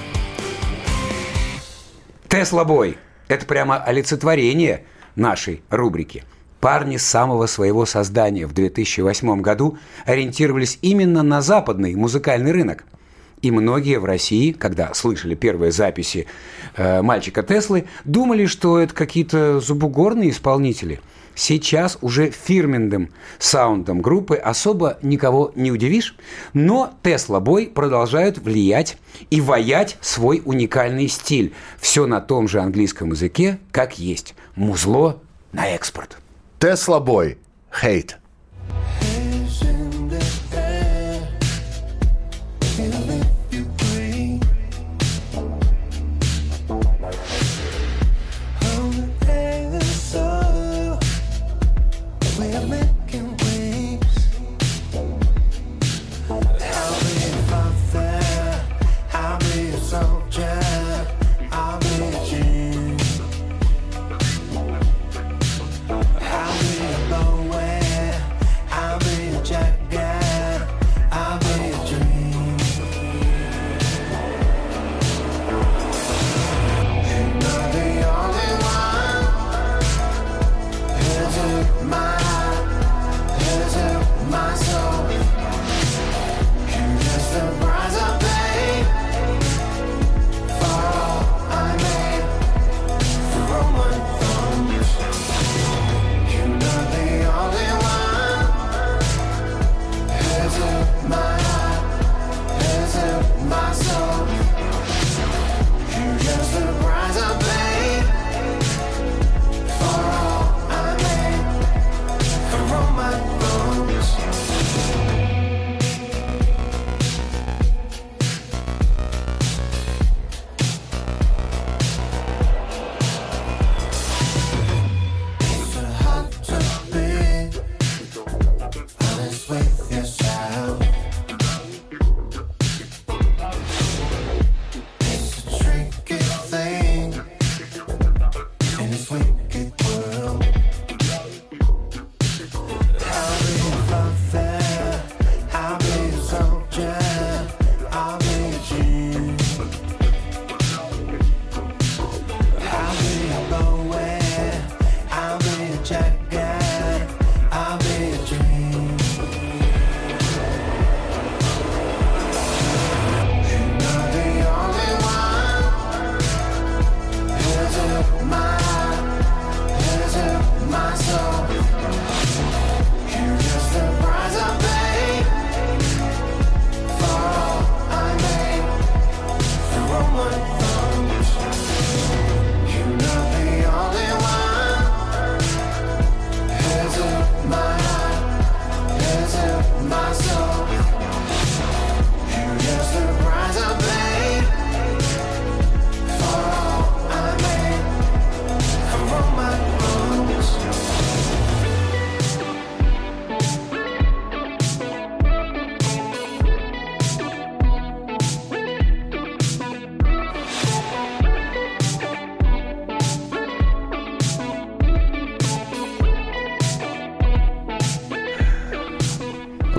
Tesla Boy – это прямо олицетворение нашей рубрики. Парни с самого своего создания в 2008 году ориентировались именно на западный музыкальный рынок. И многие в России, когда слышали первые записи мальчика Теслы, думали, что это какие-то зубугорные исполнители. Сейчас уже фирменным саундом группы особо никого не удивишь, но Tesla Boy продолжают влиять и ваять свой уникальный стиль. Все на том же английском языке, как есть. Музло на экспорт. Tesla Boy. Hate.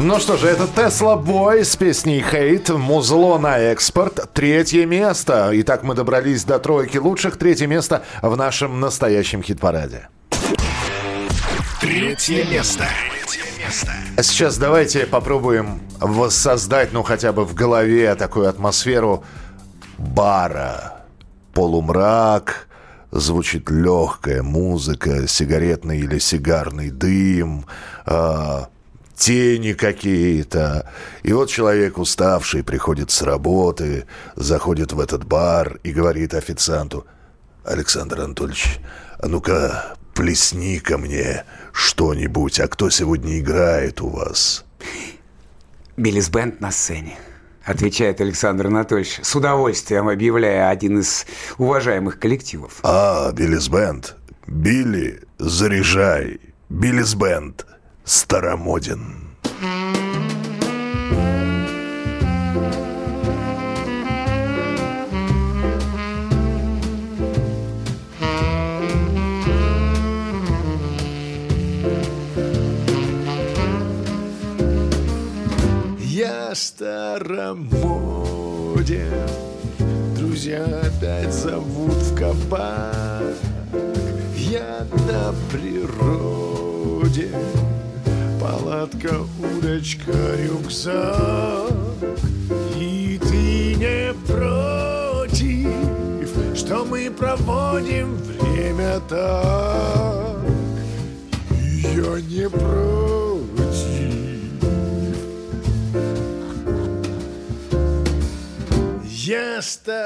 Ну что же, это Tesla Boy с песней «Hate», музло на экспорт, 3 место. Итак, мы добрались до тройки лучших, 3 место в нашем настоящем хит-параде. 3 место. А сейчас давайте попробуем воссоздать, ну хотя бы в голове, такую атмосферу бара. Полумрак, звучит легкая музыка, сигаретный или сигарный дым, тени какие-то. И вот человек уставший приходит с работы, заходит в этот бар и говорит официанту: «Александр Анатольевич, а ну-ка плесни ко мне что-нибудь, а кто сегодня играет у вас?» «Биллис Бенд на сцене», — отвечает Александр Анатольевич, с удовольствием объявляя один из уважаемых коллективов. Биллис Бенд. Билли, заряжай. Биллис Бенд. Старомоден. Я старомоден, друзья опять зовут в кабак. Я на природе, палатка, удочка, рюкзак. И ты не против, что мы проводим время так? И я не против. Я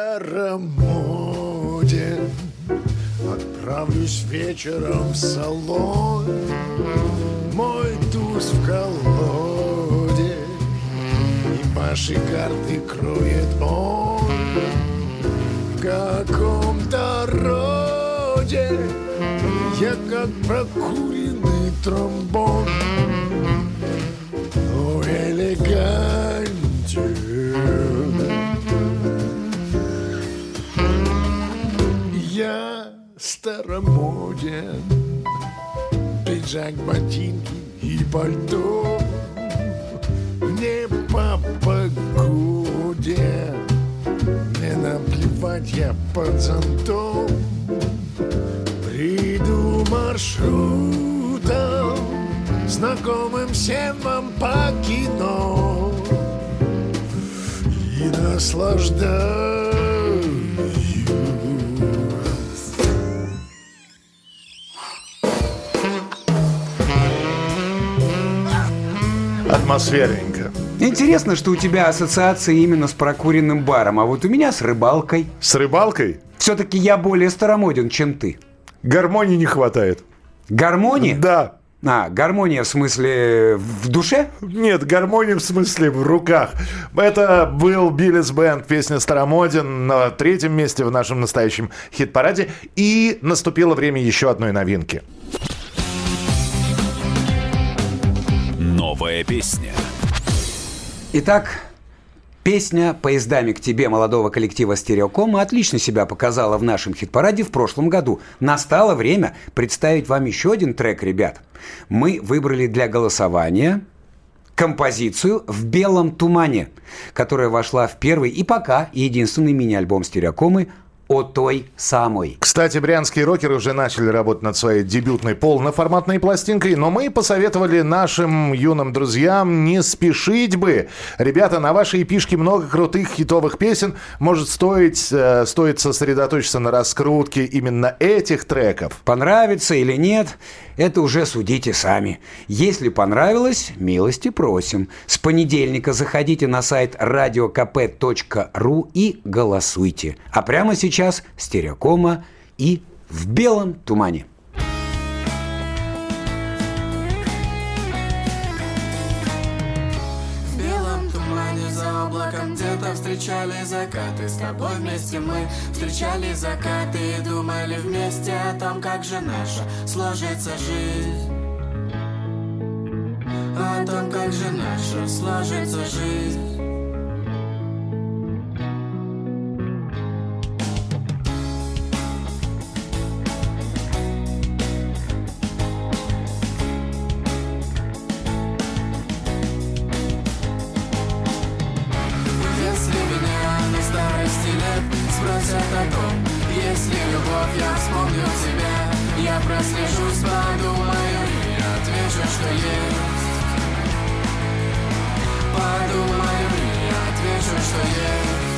старомоден, отправлюсь вечером в салон. Мой туз в колоде, и ваши карты кроет он. В каком-то роде я как прокуренный тромбон, но элегантен. Я старомоден, пиджак, ботинки и пальто. Не по погоде, не наплевать, я под зонтом. Приду маршрутом, знакомым всем вам по кино, и наслаждаюсь. Атмосферненько. Интересно, что у тебя ассоциации именно с прокуренным баром, а вот у меня с рыбалкой. С рыбалкой? Все-таки я более старомоден, чем ты. Гармонии не хватает. Гармонии? Да. Гармония в смысле в душе? Нет, гармония в смысле в руках. Это был Биллис Бенд, песня «Старомоден» на 3 месте в нашем настоящем хит-параде. И наступило время еще одной новинки. Новая песня. Итак, песня «Поездами к тебе» молодого коллектива «Стереокома» отлично себя показала в нашем хит-параде в прошлом году. Настало время представить вам еще один трек, ребят. Мы выбрали для голосования композицию «В белом тумане», которая вошла в первый и пока единственный мини-альбом «Стереокомы» о той самой. Кстати, брянские рокеры уже начали работать над своей дебютной полноформатной пластинкой, но мы посоветовали нашим юным друзьям не спешить бы. Ребята, на вашей эпишке много крутых хитовых песен. Может, стоит сосредоточиться на раскрутке именно этих треков. Понравится или нет, это уже судите сами. Если понравилось, милости просим. С понедельника заходите на сайт radiokp.ru и голосуйте. А прямо сейчас «Стереокома» и «В белом тумане». В белом тумане за облаком где-то встречали закаты. С тобой вместе мы встречали закаты и думали вместе о том, как же наша сложится жизнь. О том, как же наша сложится жизнь. таком. Если любовь, я вспомню тебя. Я прослежусь, подумаю и отвечу, что есть. Подумаю и отвечу, что есть.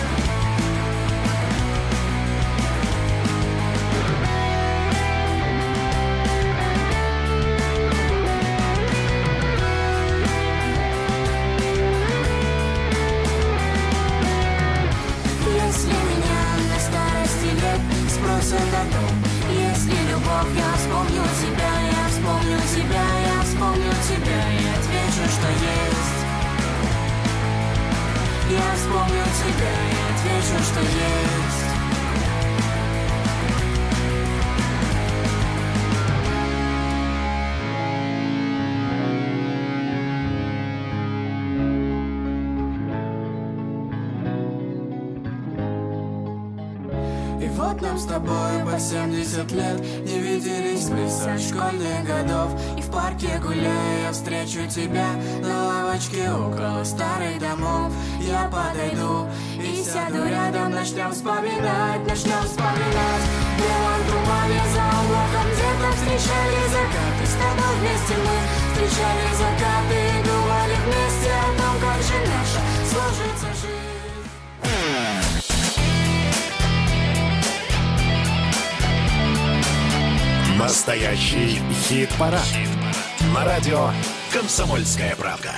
Если меня на старости лет спросят о том, есть ли любовь, я вспомню тебя, я вспомню тебя, я вспомню тебя и отвечу, что есть. Я вспомню тебя и отвечу, что есть. И вот нам с тобой по 70 лет не виделись мы со школьных годов. И в парке гуляя я встречу тебя на лавочке около старых домов. Я подойду и сяду рядом, начнем вспоминать, начнем вспоминать. В белом тумане за облаком где-то встречали закаты. С тобой вместе мы встречали закаты и думали вместе о том, как же наша сложится жизнь. Настоящий хит-парад. На радио «Комсомольская правда».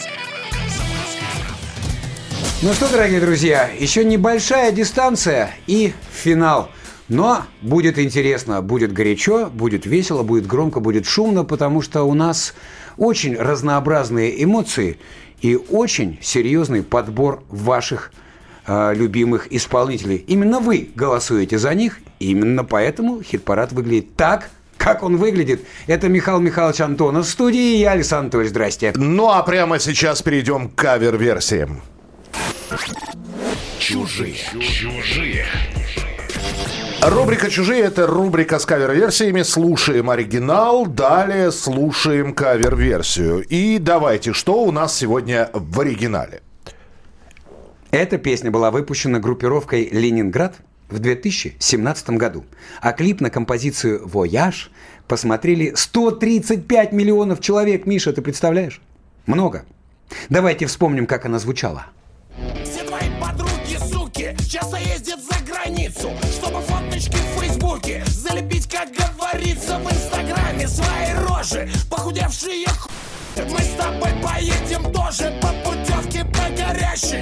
Ну что, дорогие друзья, еще небольшая дистанция и финал. Но будет интересно, будет горячо, будет весело, будет громко, будет шумно, потому что у нас очень разнообразные эмоции и очень серьезный подбор ваших любимых исполнителей. Именно вы голосуете за них, именно поэтому хит-парад выглядит так, как он выглядит. Это Михаил Михайлович Антонов в студии, и я, Александр Анатольевич, здрасте. Ну а прямо сейчас перейдем к кавер-версиям. Чужие. Чужие. Рубрика «Чужие» — это рубрика с кавер-версиями. Слушаем оригинал, далее слушаем кавер-версию. И давайте, что у нас сегодня в оригинале? Эта песня была выпущена группировкой «Ленинград» в 2017 году. А клип на композицию «Вояж» посмотрели 135 миллионов человек. Миша, ты представляешь? Много. Давайте вспомним, как она звучала. Все твои подруги, суки, часто ездят за границу, чтобы фоточки в Фейсбуке залепить, как говорится, в Инстаграме свои рожи, похудевшие хуй. Мы с тобой поедем тоже по путевке по горящей.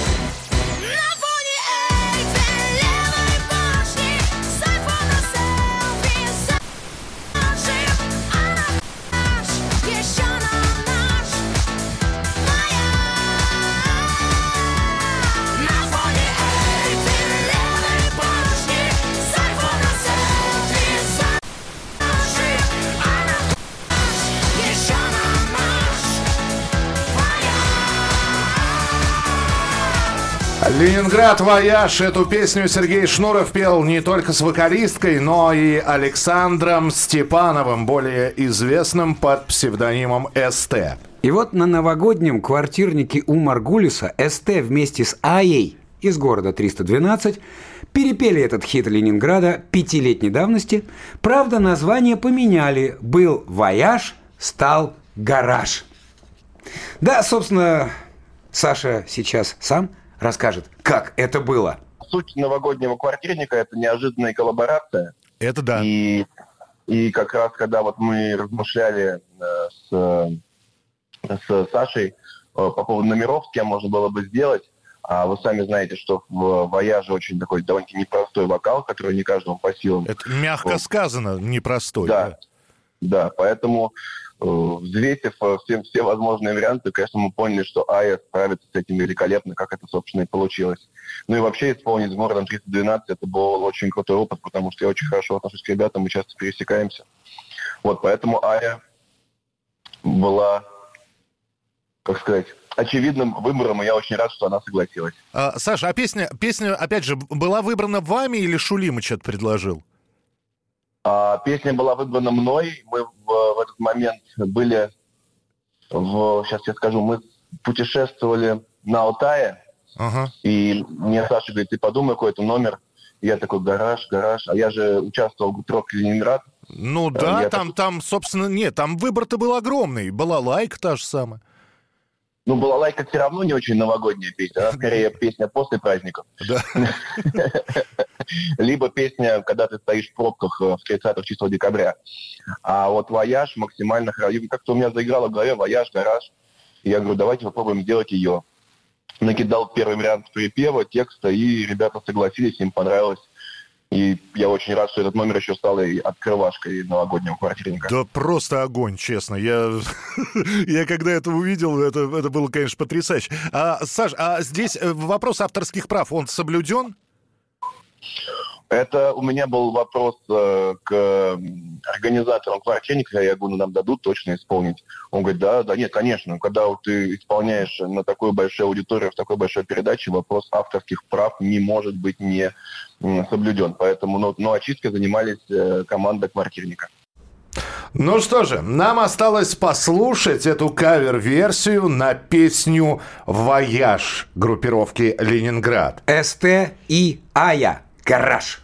«Ленинград. Вояж». Эту песню Сергей Шнуров пел не только с вокалисткой, но и Александром Степановым, более известным под псевдонимом СТ. И вот на новогоднем квартирнике у Маргулиса СТ вместе с Аей из города 312 перепели этот хит Ленинграда 5-летней давности. Правда, название поменяли. Был «Вояж», стал «Гараж». Да, собственно, Саша сейчас сам расскажет, как это было. Суть новогоднего квартирника – это неожиданная коллаборация. Это да. И как раз, когда вот мы размышляли с Сашей по поводу номеров, с кем можно было бы сделать, а вы сами знаете, что в «Вояже» очень такой довольно непростой вокал, который не каждому по силам. Это мягко сказано, непростой. Да, поэтому, взвесив все возможные варианты, конечно, мы поняли, что Ая справится с этим великолепно, как это, собственно, и получилось. Ну и вообще исполнить с городом 312 это был очень крутой опыт, потому что я очень хорошо отношусь к ребятам, мы часто пересекаемся. Вот, поэтому Ая была, как сказать, очевидным выбором, и я очень рад, что она согласилась. Саша, а песня, опять же, была выбрана вами или Шулимыч это предложил? Песня была выбрана мной. Мы в этот момент были сейчас я скажу, мы путешествовали на Алтае, и мне Саша говорит, ты подумай, какой это номер. Я такой, гараж. А я же участвовал в группировке «Ленинград». Ну да, там, собственно, нет, там выбор-то был огромный. Балалайка та же самая. Ну, балалайка все равно не очень новогодняя песня, она скорее песня после праздников. Либо песня, когда ты стоишь в пробках в 30 числа декабря. А вот «Вояж» максимально хорошо. Как-то у меня заиграло в голове «Вояж», «Гараж». И я говорю, давайте попробуем сделать ее. Накидал первый вариант припева, текста, и ребята согласились, им понравилось. И я очень рад, что этот номер еще стал и открывашкой новогоднего квартирника. Да просто огонь, честно. Я когда это увидел, это было, конечно, потрясающе. Саш, а здесь вопрос авторских прав, он соблюден? Это у меня был вопрос к организаторам квартирника. Я говорю, нам дадут точно исполнить. Он говорит, да, нет, конечно. Когда вот ты исполняешь на такую большую аудиторию, в такой большой передаче, вопрос авторских прав не может быть не соблюден. Поэтому, очисткой занимались команда квартирника. Ну что же, нам осталось послушать эту кавер-версию на песню «Вояж» группировки «Ленинград». СТ и Ая. Гараж.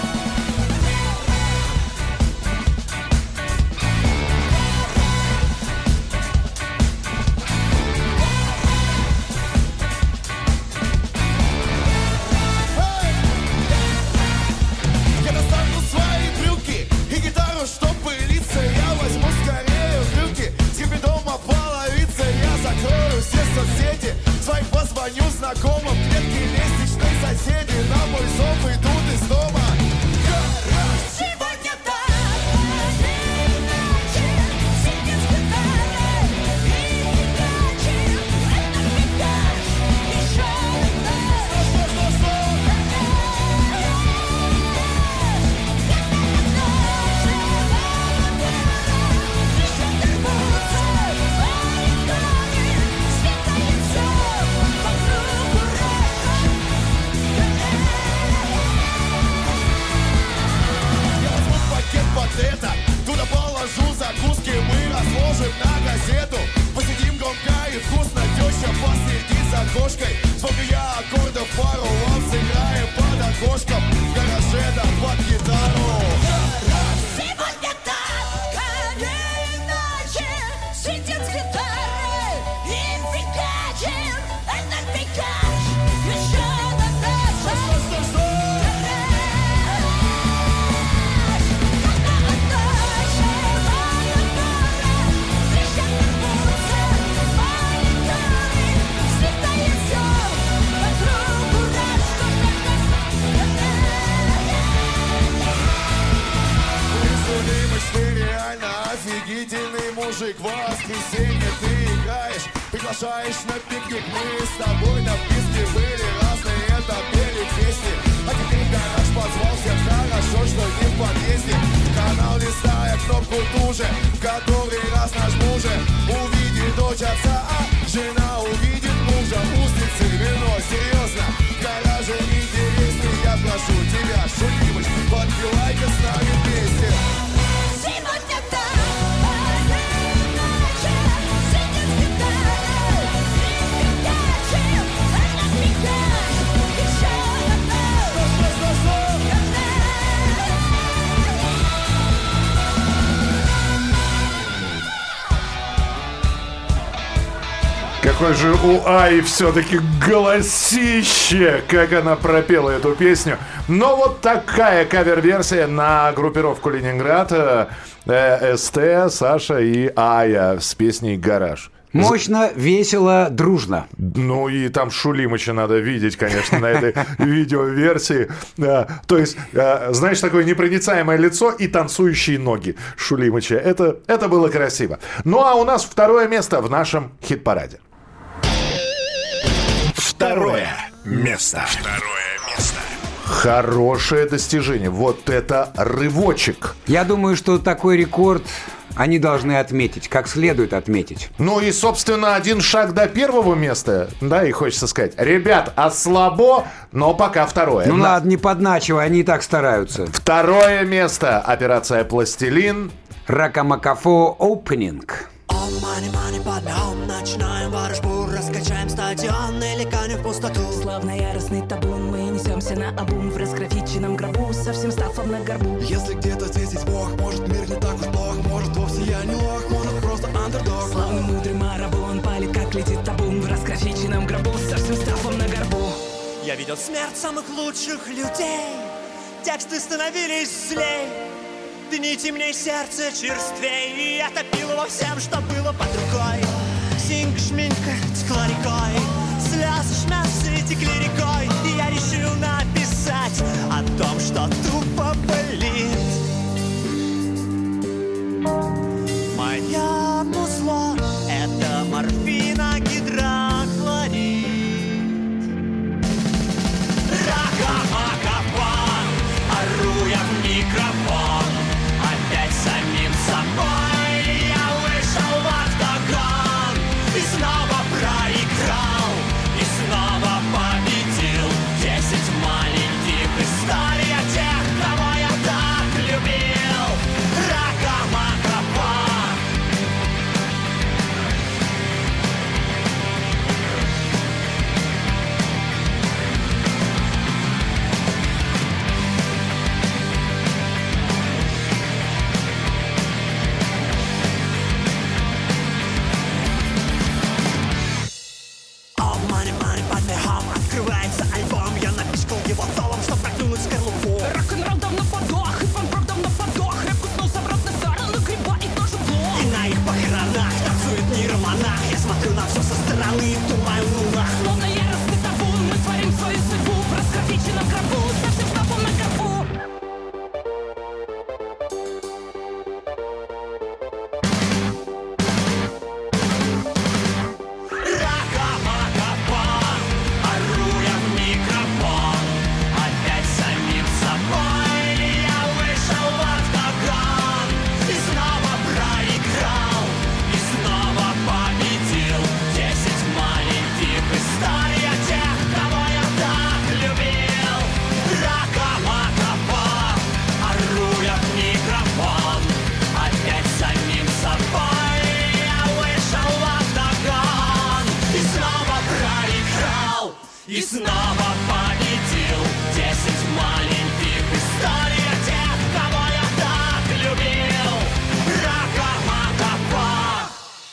Знакомым, клетки лестничной соседи на мой зов идут из дома. Сегодня так, иначе, сидит с гитарой и иначе, это прикаж, еще это, туда положу закуски, мы разложим на газету. Посидим громко и вкусно, теща последит за кошкой. Сколько я аккордов пару вам сыграем под окошком. В гараже да под гитару. Сегодня так, а не иначе, сидит с гитарой и фигачит. Это фигач, еще на даче. Офигительный мужик, в воскресенье ты играешь, приглашаешь на пикник, мы с тобой на вписке были разные, это пели песни, а теперь гараж позвал всех, хорошо, что не в подъезде, канал листая кнопку ту же, в который раз нажму же, увидит дочь отца, а жена увидит мужа, устрицы, вино, серьезно, в гараже интереснее, я прошу тебя, что-нибудь подпевай-ка с нами вместе. Сегодня так. Какой же у Аи все-таки голосище, как она пропела эту песню. Но вот такая кавер-версия на группировку «Ленинград», СТ, Саша и Ая с песней «Гараж». Мощно, весело, дружно. Ну и там Шулимыча надо видеть, конечно, на этой видеоверсии. То есть, знаешь, такое непроницаемое лицо и танцующие ноги Шулимыча. Это было красиво. Ну а у нас второе место в нашем хит-параде. Второе место. Хорошее достижение. Вот это рывочек. Я думаю, что такой рекорд они должны отметить, как следует отметить. Ну и, собственно, один шаг до первого места, да, и хочется сказать. Ребят, а слабо, но пока второе. Ну ладно, не подначивай, они и так стараются. Второе место. Операция «Пластилин». Ракамакафо Opening. All my мани, подмяхом начинаем ворожбу, раскачаем стадион или канем в пустоту. Словно яростный табун мы несемся на обум в разграфиченном гробу, со всем стафом на горбу. Если где-то здесь есть Бог, может мир не так уж плох, может вовсе я не лох, может просто андердог. Славный мудрый марабон палит, как летит табун в разграфиченном гробу, со всем стафом на горбу. Я видел смерть самых лучших людей, тексты становились злей, дни темней, сердце черствей, и я топил во всем, что было под рукой. Синька, шминка текла рекой, слезы, шмясы текли рекой, и я решил написать о том, что тупо болит. Моя музло — это морфина, гидрохлорид. Рака-мака-пан, ору я в микрофон, опять самим собой я вышел в октагон и снова проиграл, и снова победил. 10 маленьких историй о тех, кого я так любил. Рака-мака-пан. Открывается альбом, я напичкал его солом, чтоб прокинуть скорлупу. Рок-н-ролл давно подох, и фан-рок давно подох, рэп куснулся в обратной сторону гриба и тоже плохо. И на их похоронах танцует нейромонах. Я смотрю на все со стороны и думаю, ну нах. Словно яростный табун мы творим свою судьбу в разграфиченном гробу, со всем стафом на горбу. Рака-мака-пан, ору я в микрофон, опять самим собой я вышел в октагон и снова проиграл, и снова победил. 10 маленьких историй о тех, кого я так любил. Рака-мака-пан, ору я в микрофон, опять самим собой я вышел в октагон и снова проиграл, и снова победил. 10 маленьких историй о тех, кого я так любил. Рака-мака-пан.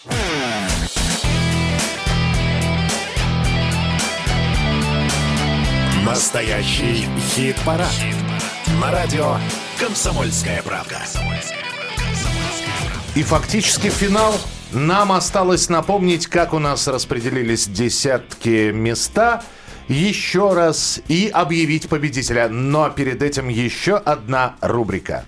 Настоящий хит-парад. На радио «Комсомольская правда». И фактически финал. Нам осталось напомнить, как у нас распределились десятки места. Еще раз и объявить победителя. Но перед этим еще одна рубрика.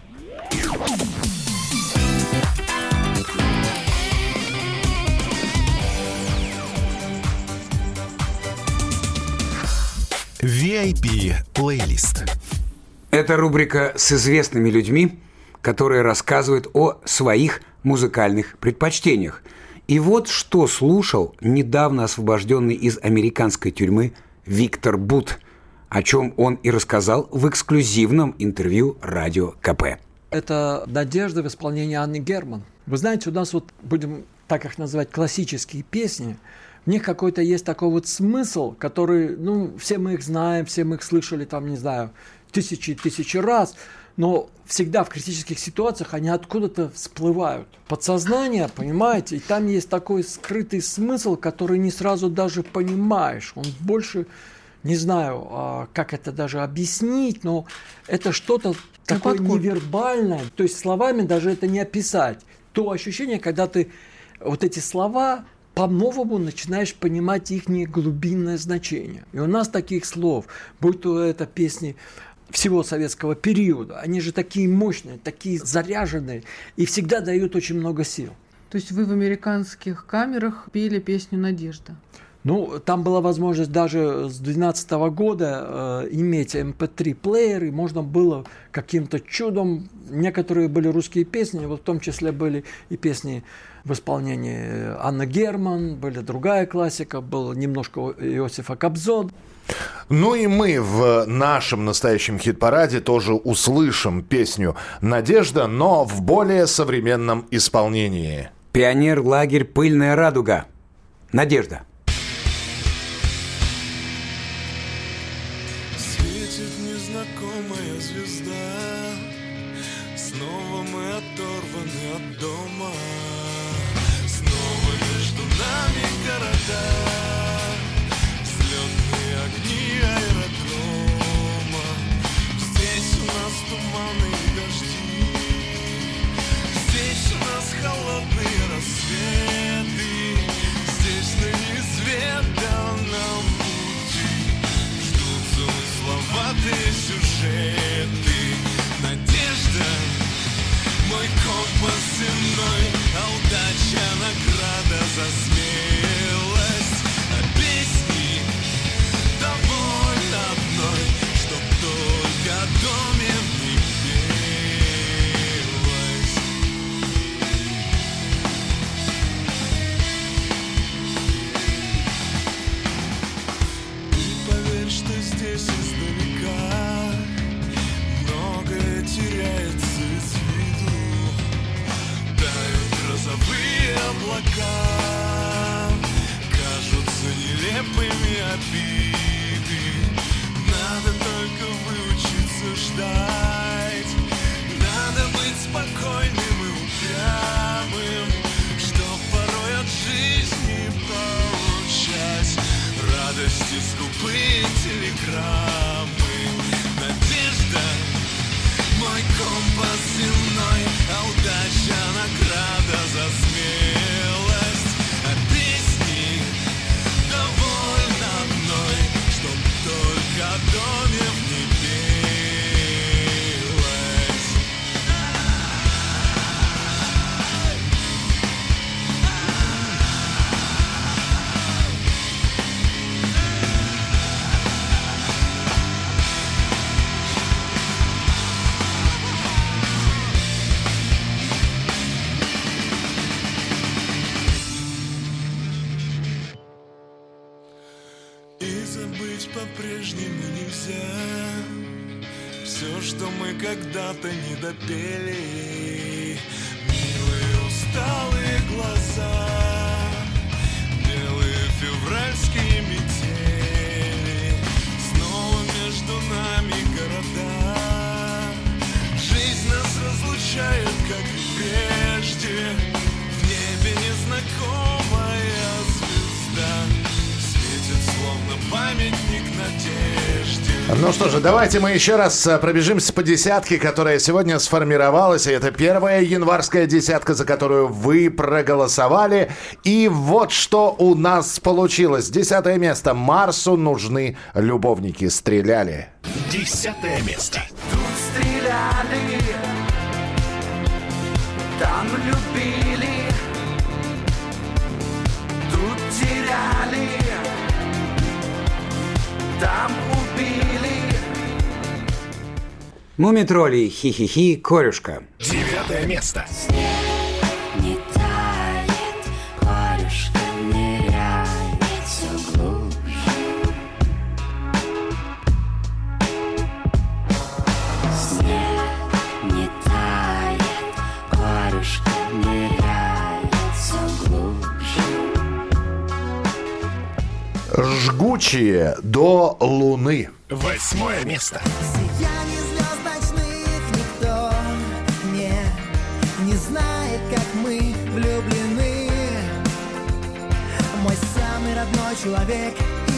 VIP-плейлист. Это рубрика с известными людьми, которые рассказывают о своих музыкальных предпочтениях. И вот что слушал недавно освобожденный из американской тюрьмы Виктор Бут, о чем он и рассказал в эксклюзивном интервью Радио КП. Это «Надежда» в исполнении Анны Герман. Вы знаете, у нас вот, будем так их называть, классические песни. В них какой-то есть такой вот смысл, который, ну, все мы их знаем, все мы их слышали, там, не знаю, тысячи и тысячи раз, но всегда в критических ситуациях они откуда-то всплывают. Подсознание, понимаете, и там есть такой скрытый смысл, который не сразу даже понимаешь. Он больше, не знаю, как это даже объяснить, но это что-то такое невербальное, то есть словами даже это не описать. То ощущение, когда ты вот эти слова по-новому начинаешь понимать их глубинное значение. И у нас таких слов, будь то это песни всего советского периода, они же такие мощные, такие заряженные и всегда дают очень много сил. То есть вы в американских камерах пели песню «Надежда»? Ну, там была возможность даже с 2012 года иметь MP3-плеер, и можно было каким-то чудом, некоторые были русские песни, вот в том числе были и песни в исполнении Анны Герман, были другая классика, был немножко Иосифа Кобзон. Ну и мы в нашем настоящем хит-параде тоже услышим песню «Надежда», но в более современном исполнении. Пионер-лагерь «Пыльная радуга». Надежда. Светит незнакомая звезда, снова мы оторваны от дома, снова между нами города, взлетные огни аэродрома. Здесь у нас туманы и дожди, здесь у нас холодные рассветы, здесь на неизведанном пути ждут замысловатые сюжеты. Надежда, мой компас земной, а удача награда за смелость. А песни довольно одной, чтоб только о доме в них пелось. И поверь, что здесь издалека многое теряется из виду. Тают грозовые облака, кажутся нелепыми обиды. Надо только выучиться ждать, надо быть спокойным и упрямым, чтоб порой от жизни получать радости скупые телеграммы. Надежда, мой компас земной, а удача награда за смелость. А песни довольно одной, чтоб только о доме в ней пелось. И забыть по-прежнему нельзя все, что мы когда-то не допели. Милые усталые глаза, белые февральские метели, снова между нами города. Жизнь нас разлучает, как и прежде. В небе незнакомая звезда светит, словно памятник надежде. Ну что же, давайте мы еще раз пробежимся по десятке, которая сегодня сформировалась. И это первая январская десятка, за которую вы проголосовали. И вот что у нас получилось. 10 место. Марсу нужны любовники. Стреляли. 10 место. Тут стреляли, там любили, тут теряли, там убили. Мумий-тролли, хи-хи-хи, корюшка. 9 место. Не тает, корюшка ныряет все глубже. Снег не тает, корюшка ныряет все глубже. Жгучие до луны. 8 место. Сияние звезд ночных никто не знает, как мы влюблены. Мой самый родной человек, и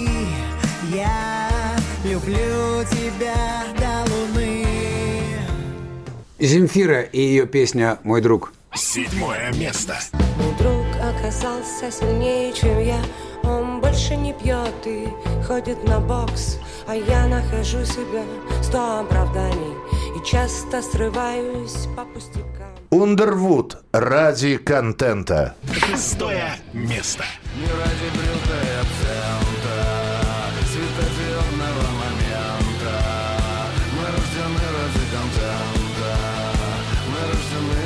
я люблю тебя до луны. Земфира и ее песня «Мой друг». 7 место. Мой друг оказался сильнее, чем я. Он больше не пьет и ходит на бокс, а я нахожу себя 100 оправданий и часто срываюсь по пустякам. Underwood ради контента. 6 место. Не ради брюка и абсента, светодиодного момента. Мы рождены ради контента, мы рождены.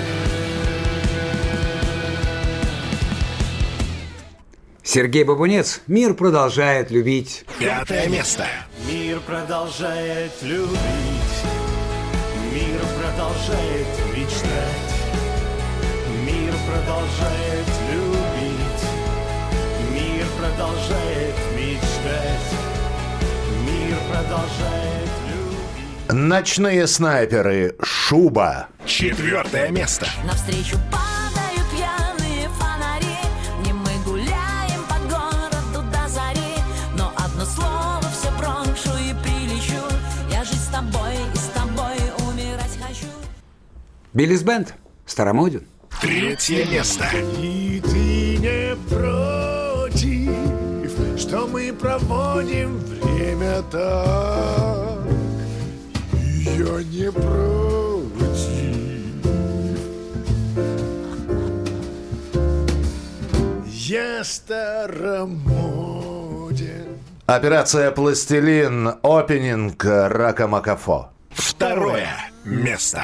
Сергей Бабунец. Мир продолжает любить. 5 место. Мир продолжает любить, мир продолжает мечтать, мир продолжает любить, мир продолжает мечтать, мир продолжает любить. Ночные снайперы. Шуба. 4 место. Навстречу падают пьяные фонари, не мы гуляем по городу до зари, но одно слово все брошу и прилечу. Я жить с тобой и с тобой умирать хочу. Биллис Бенд. Старомоден. 3 место. И ты не против, что мы проводим время так? Я не против. Я старомоден. Операция «Пластилин». Опенинг Рака Макафо. 2 место.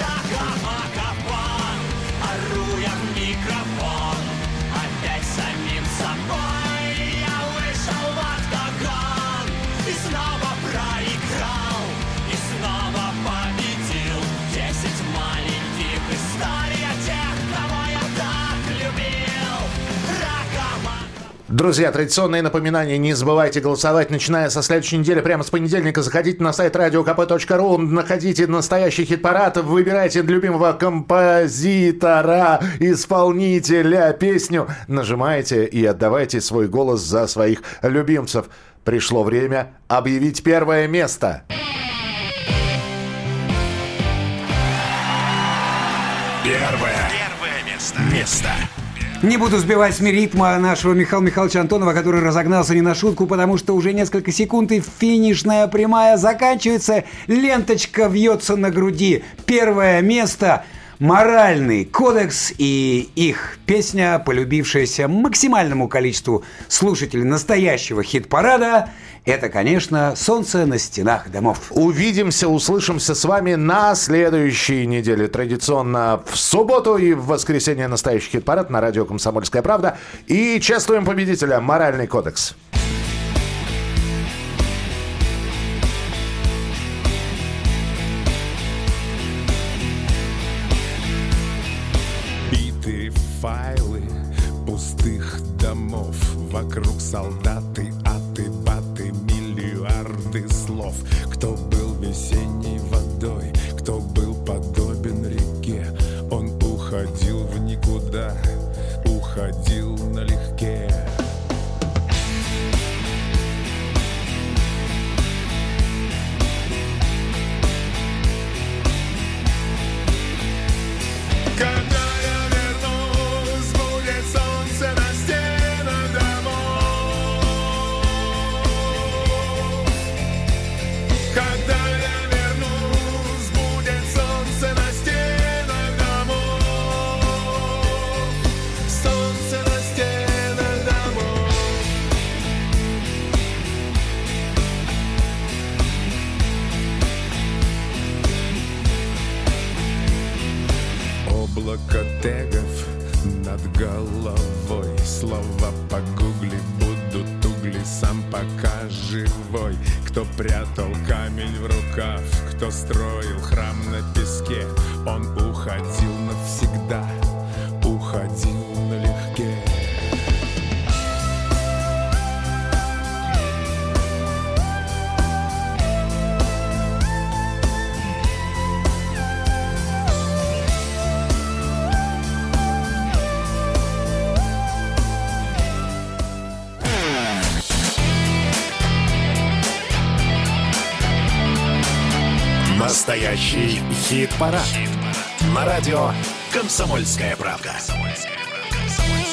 Друзья, традиционные напоминания. Не забывайте голосовать, начиная со следующей недели. Прямо с понедельника заходите на сайт radiokp.ru, находите настоящий хит-парад, выбирайте любимого композитора, исполнителя, песню, нажимаете и отдавайте свой голос за своих любимцев. Пришло время объявить 1 место. 1 место. Не буду сбивать с ритма нашего Михаила Михайловича Антонова, который разогнался не на шутку, потому что уже несколько секунд и финишная прямая заканчивается. Ленточка вьется на груди. 1 место. Моральный кодекс и их песня, полюбившаяся максимальному количеству слушателей настоящего хит-парада, это, конечно, «Солнце на стенах домов». Увидимся, услышимся с вами на следующей неделе. Традиционно в субботу и в воскресенье настоящий хит-парад на радио «Комсомольская правда». И чествуем победителя «Моральный кодекс». Файлы пустых домов, вокруг солдаты, аты-баты, миллиарды слов. Кто был весенней водой, кто был подобен реке, он уходил в никуда, уходил налегке. Облако тегов над головой, слова погугли, будут угли, сам пока живой. Кто прятал камень в рукав, кто строил храм на песке, он уходил навсегда, уходил налегке. Настоящий хит-парад. На радио «Комсомольская правда».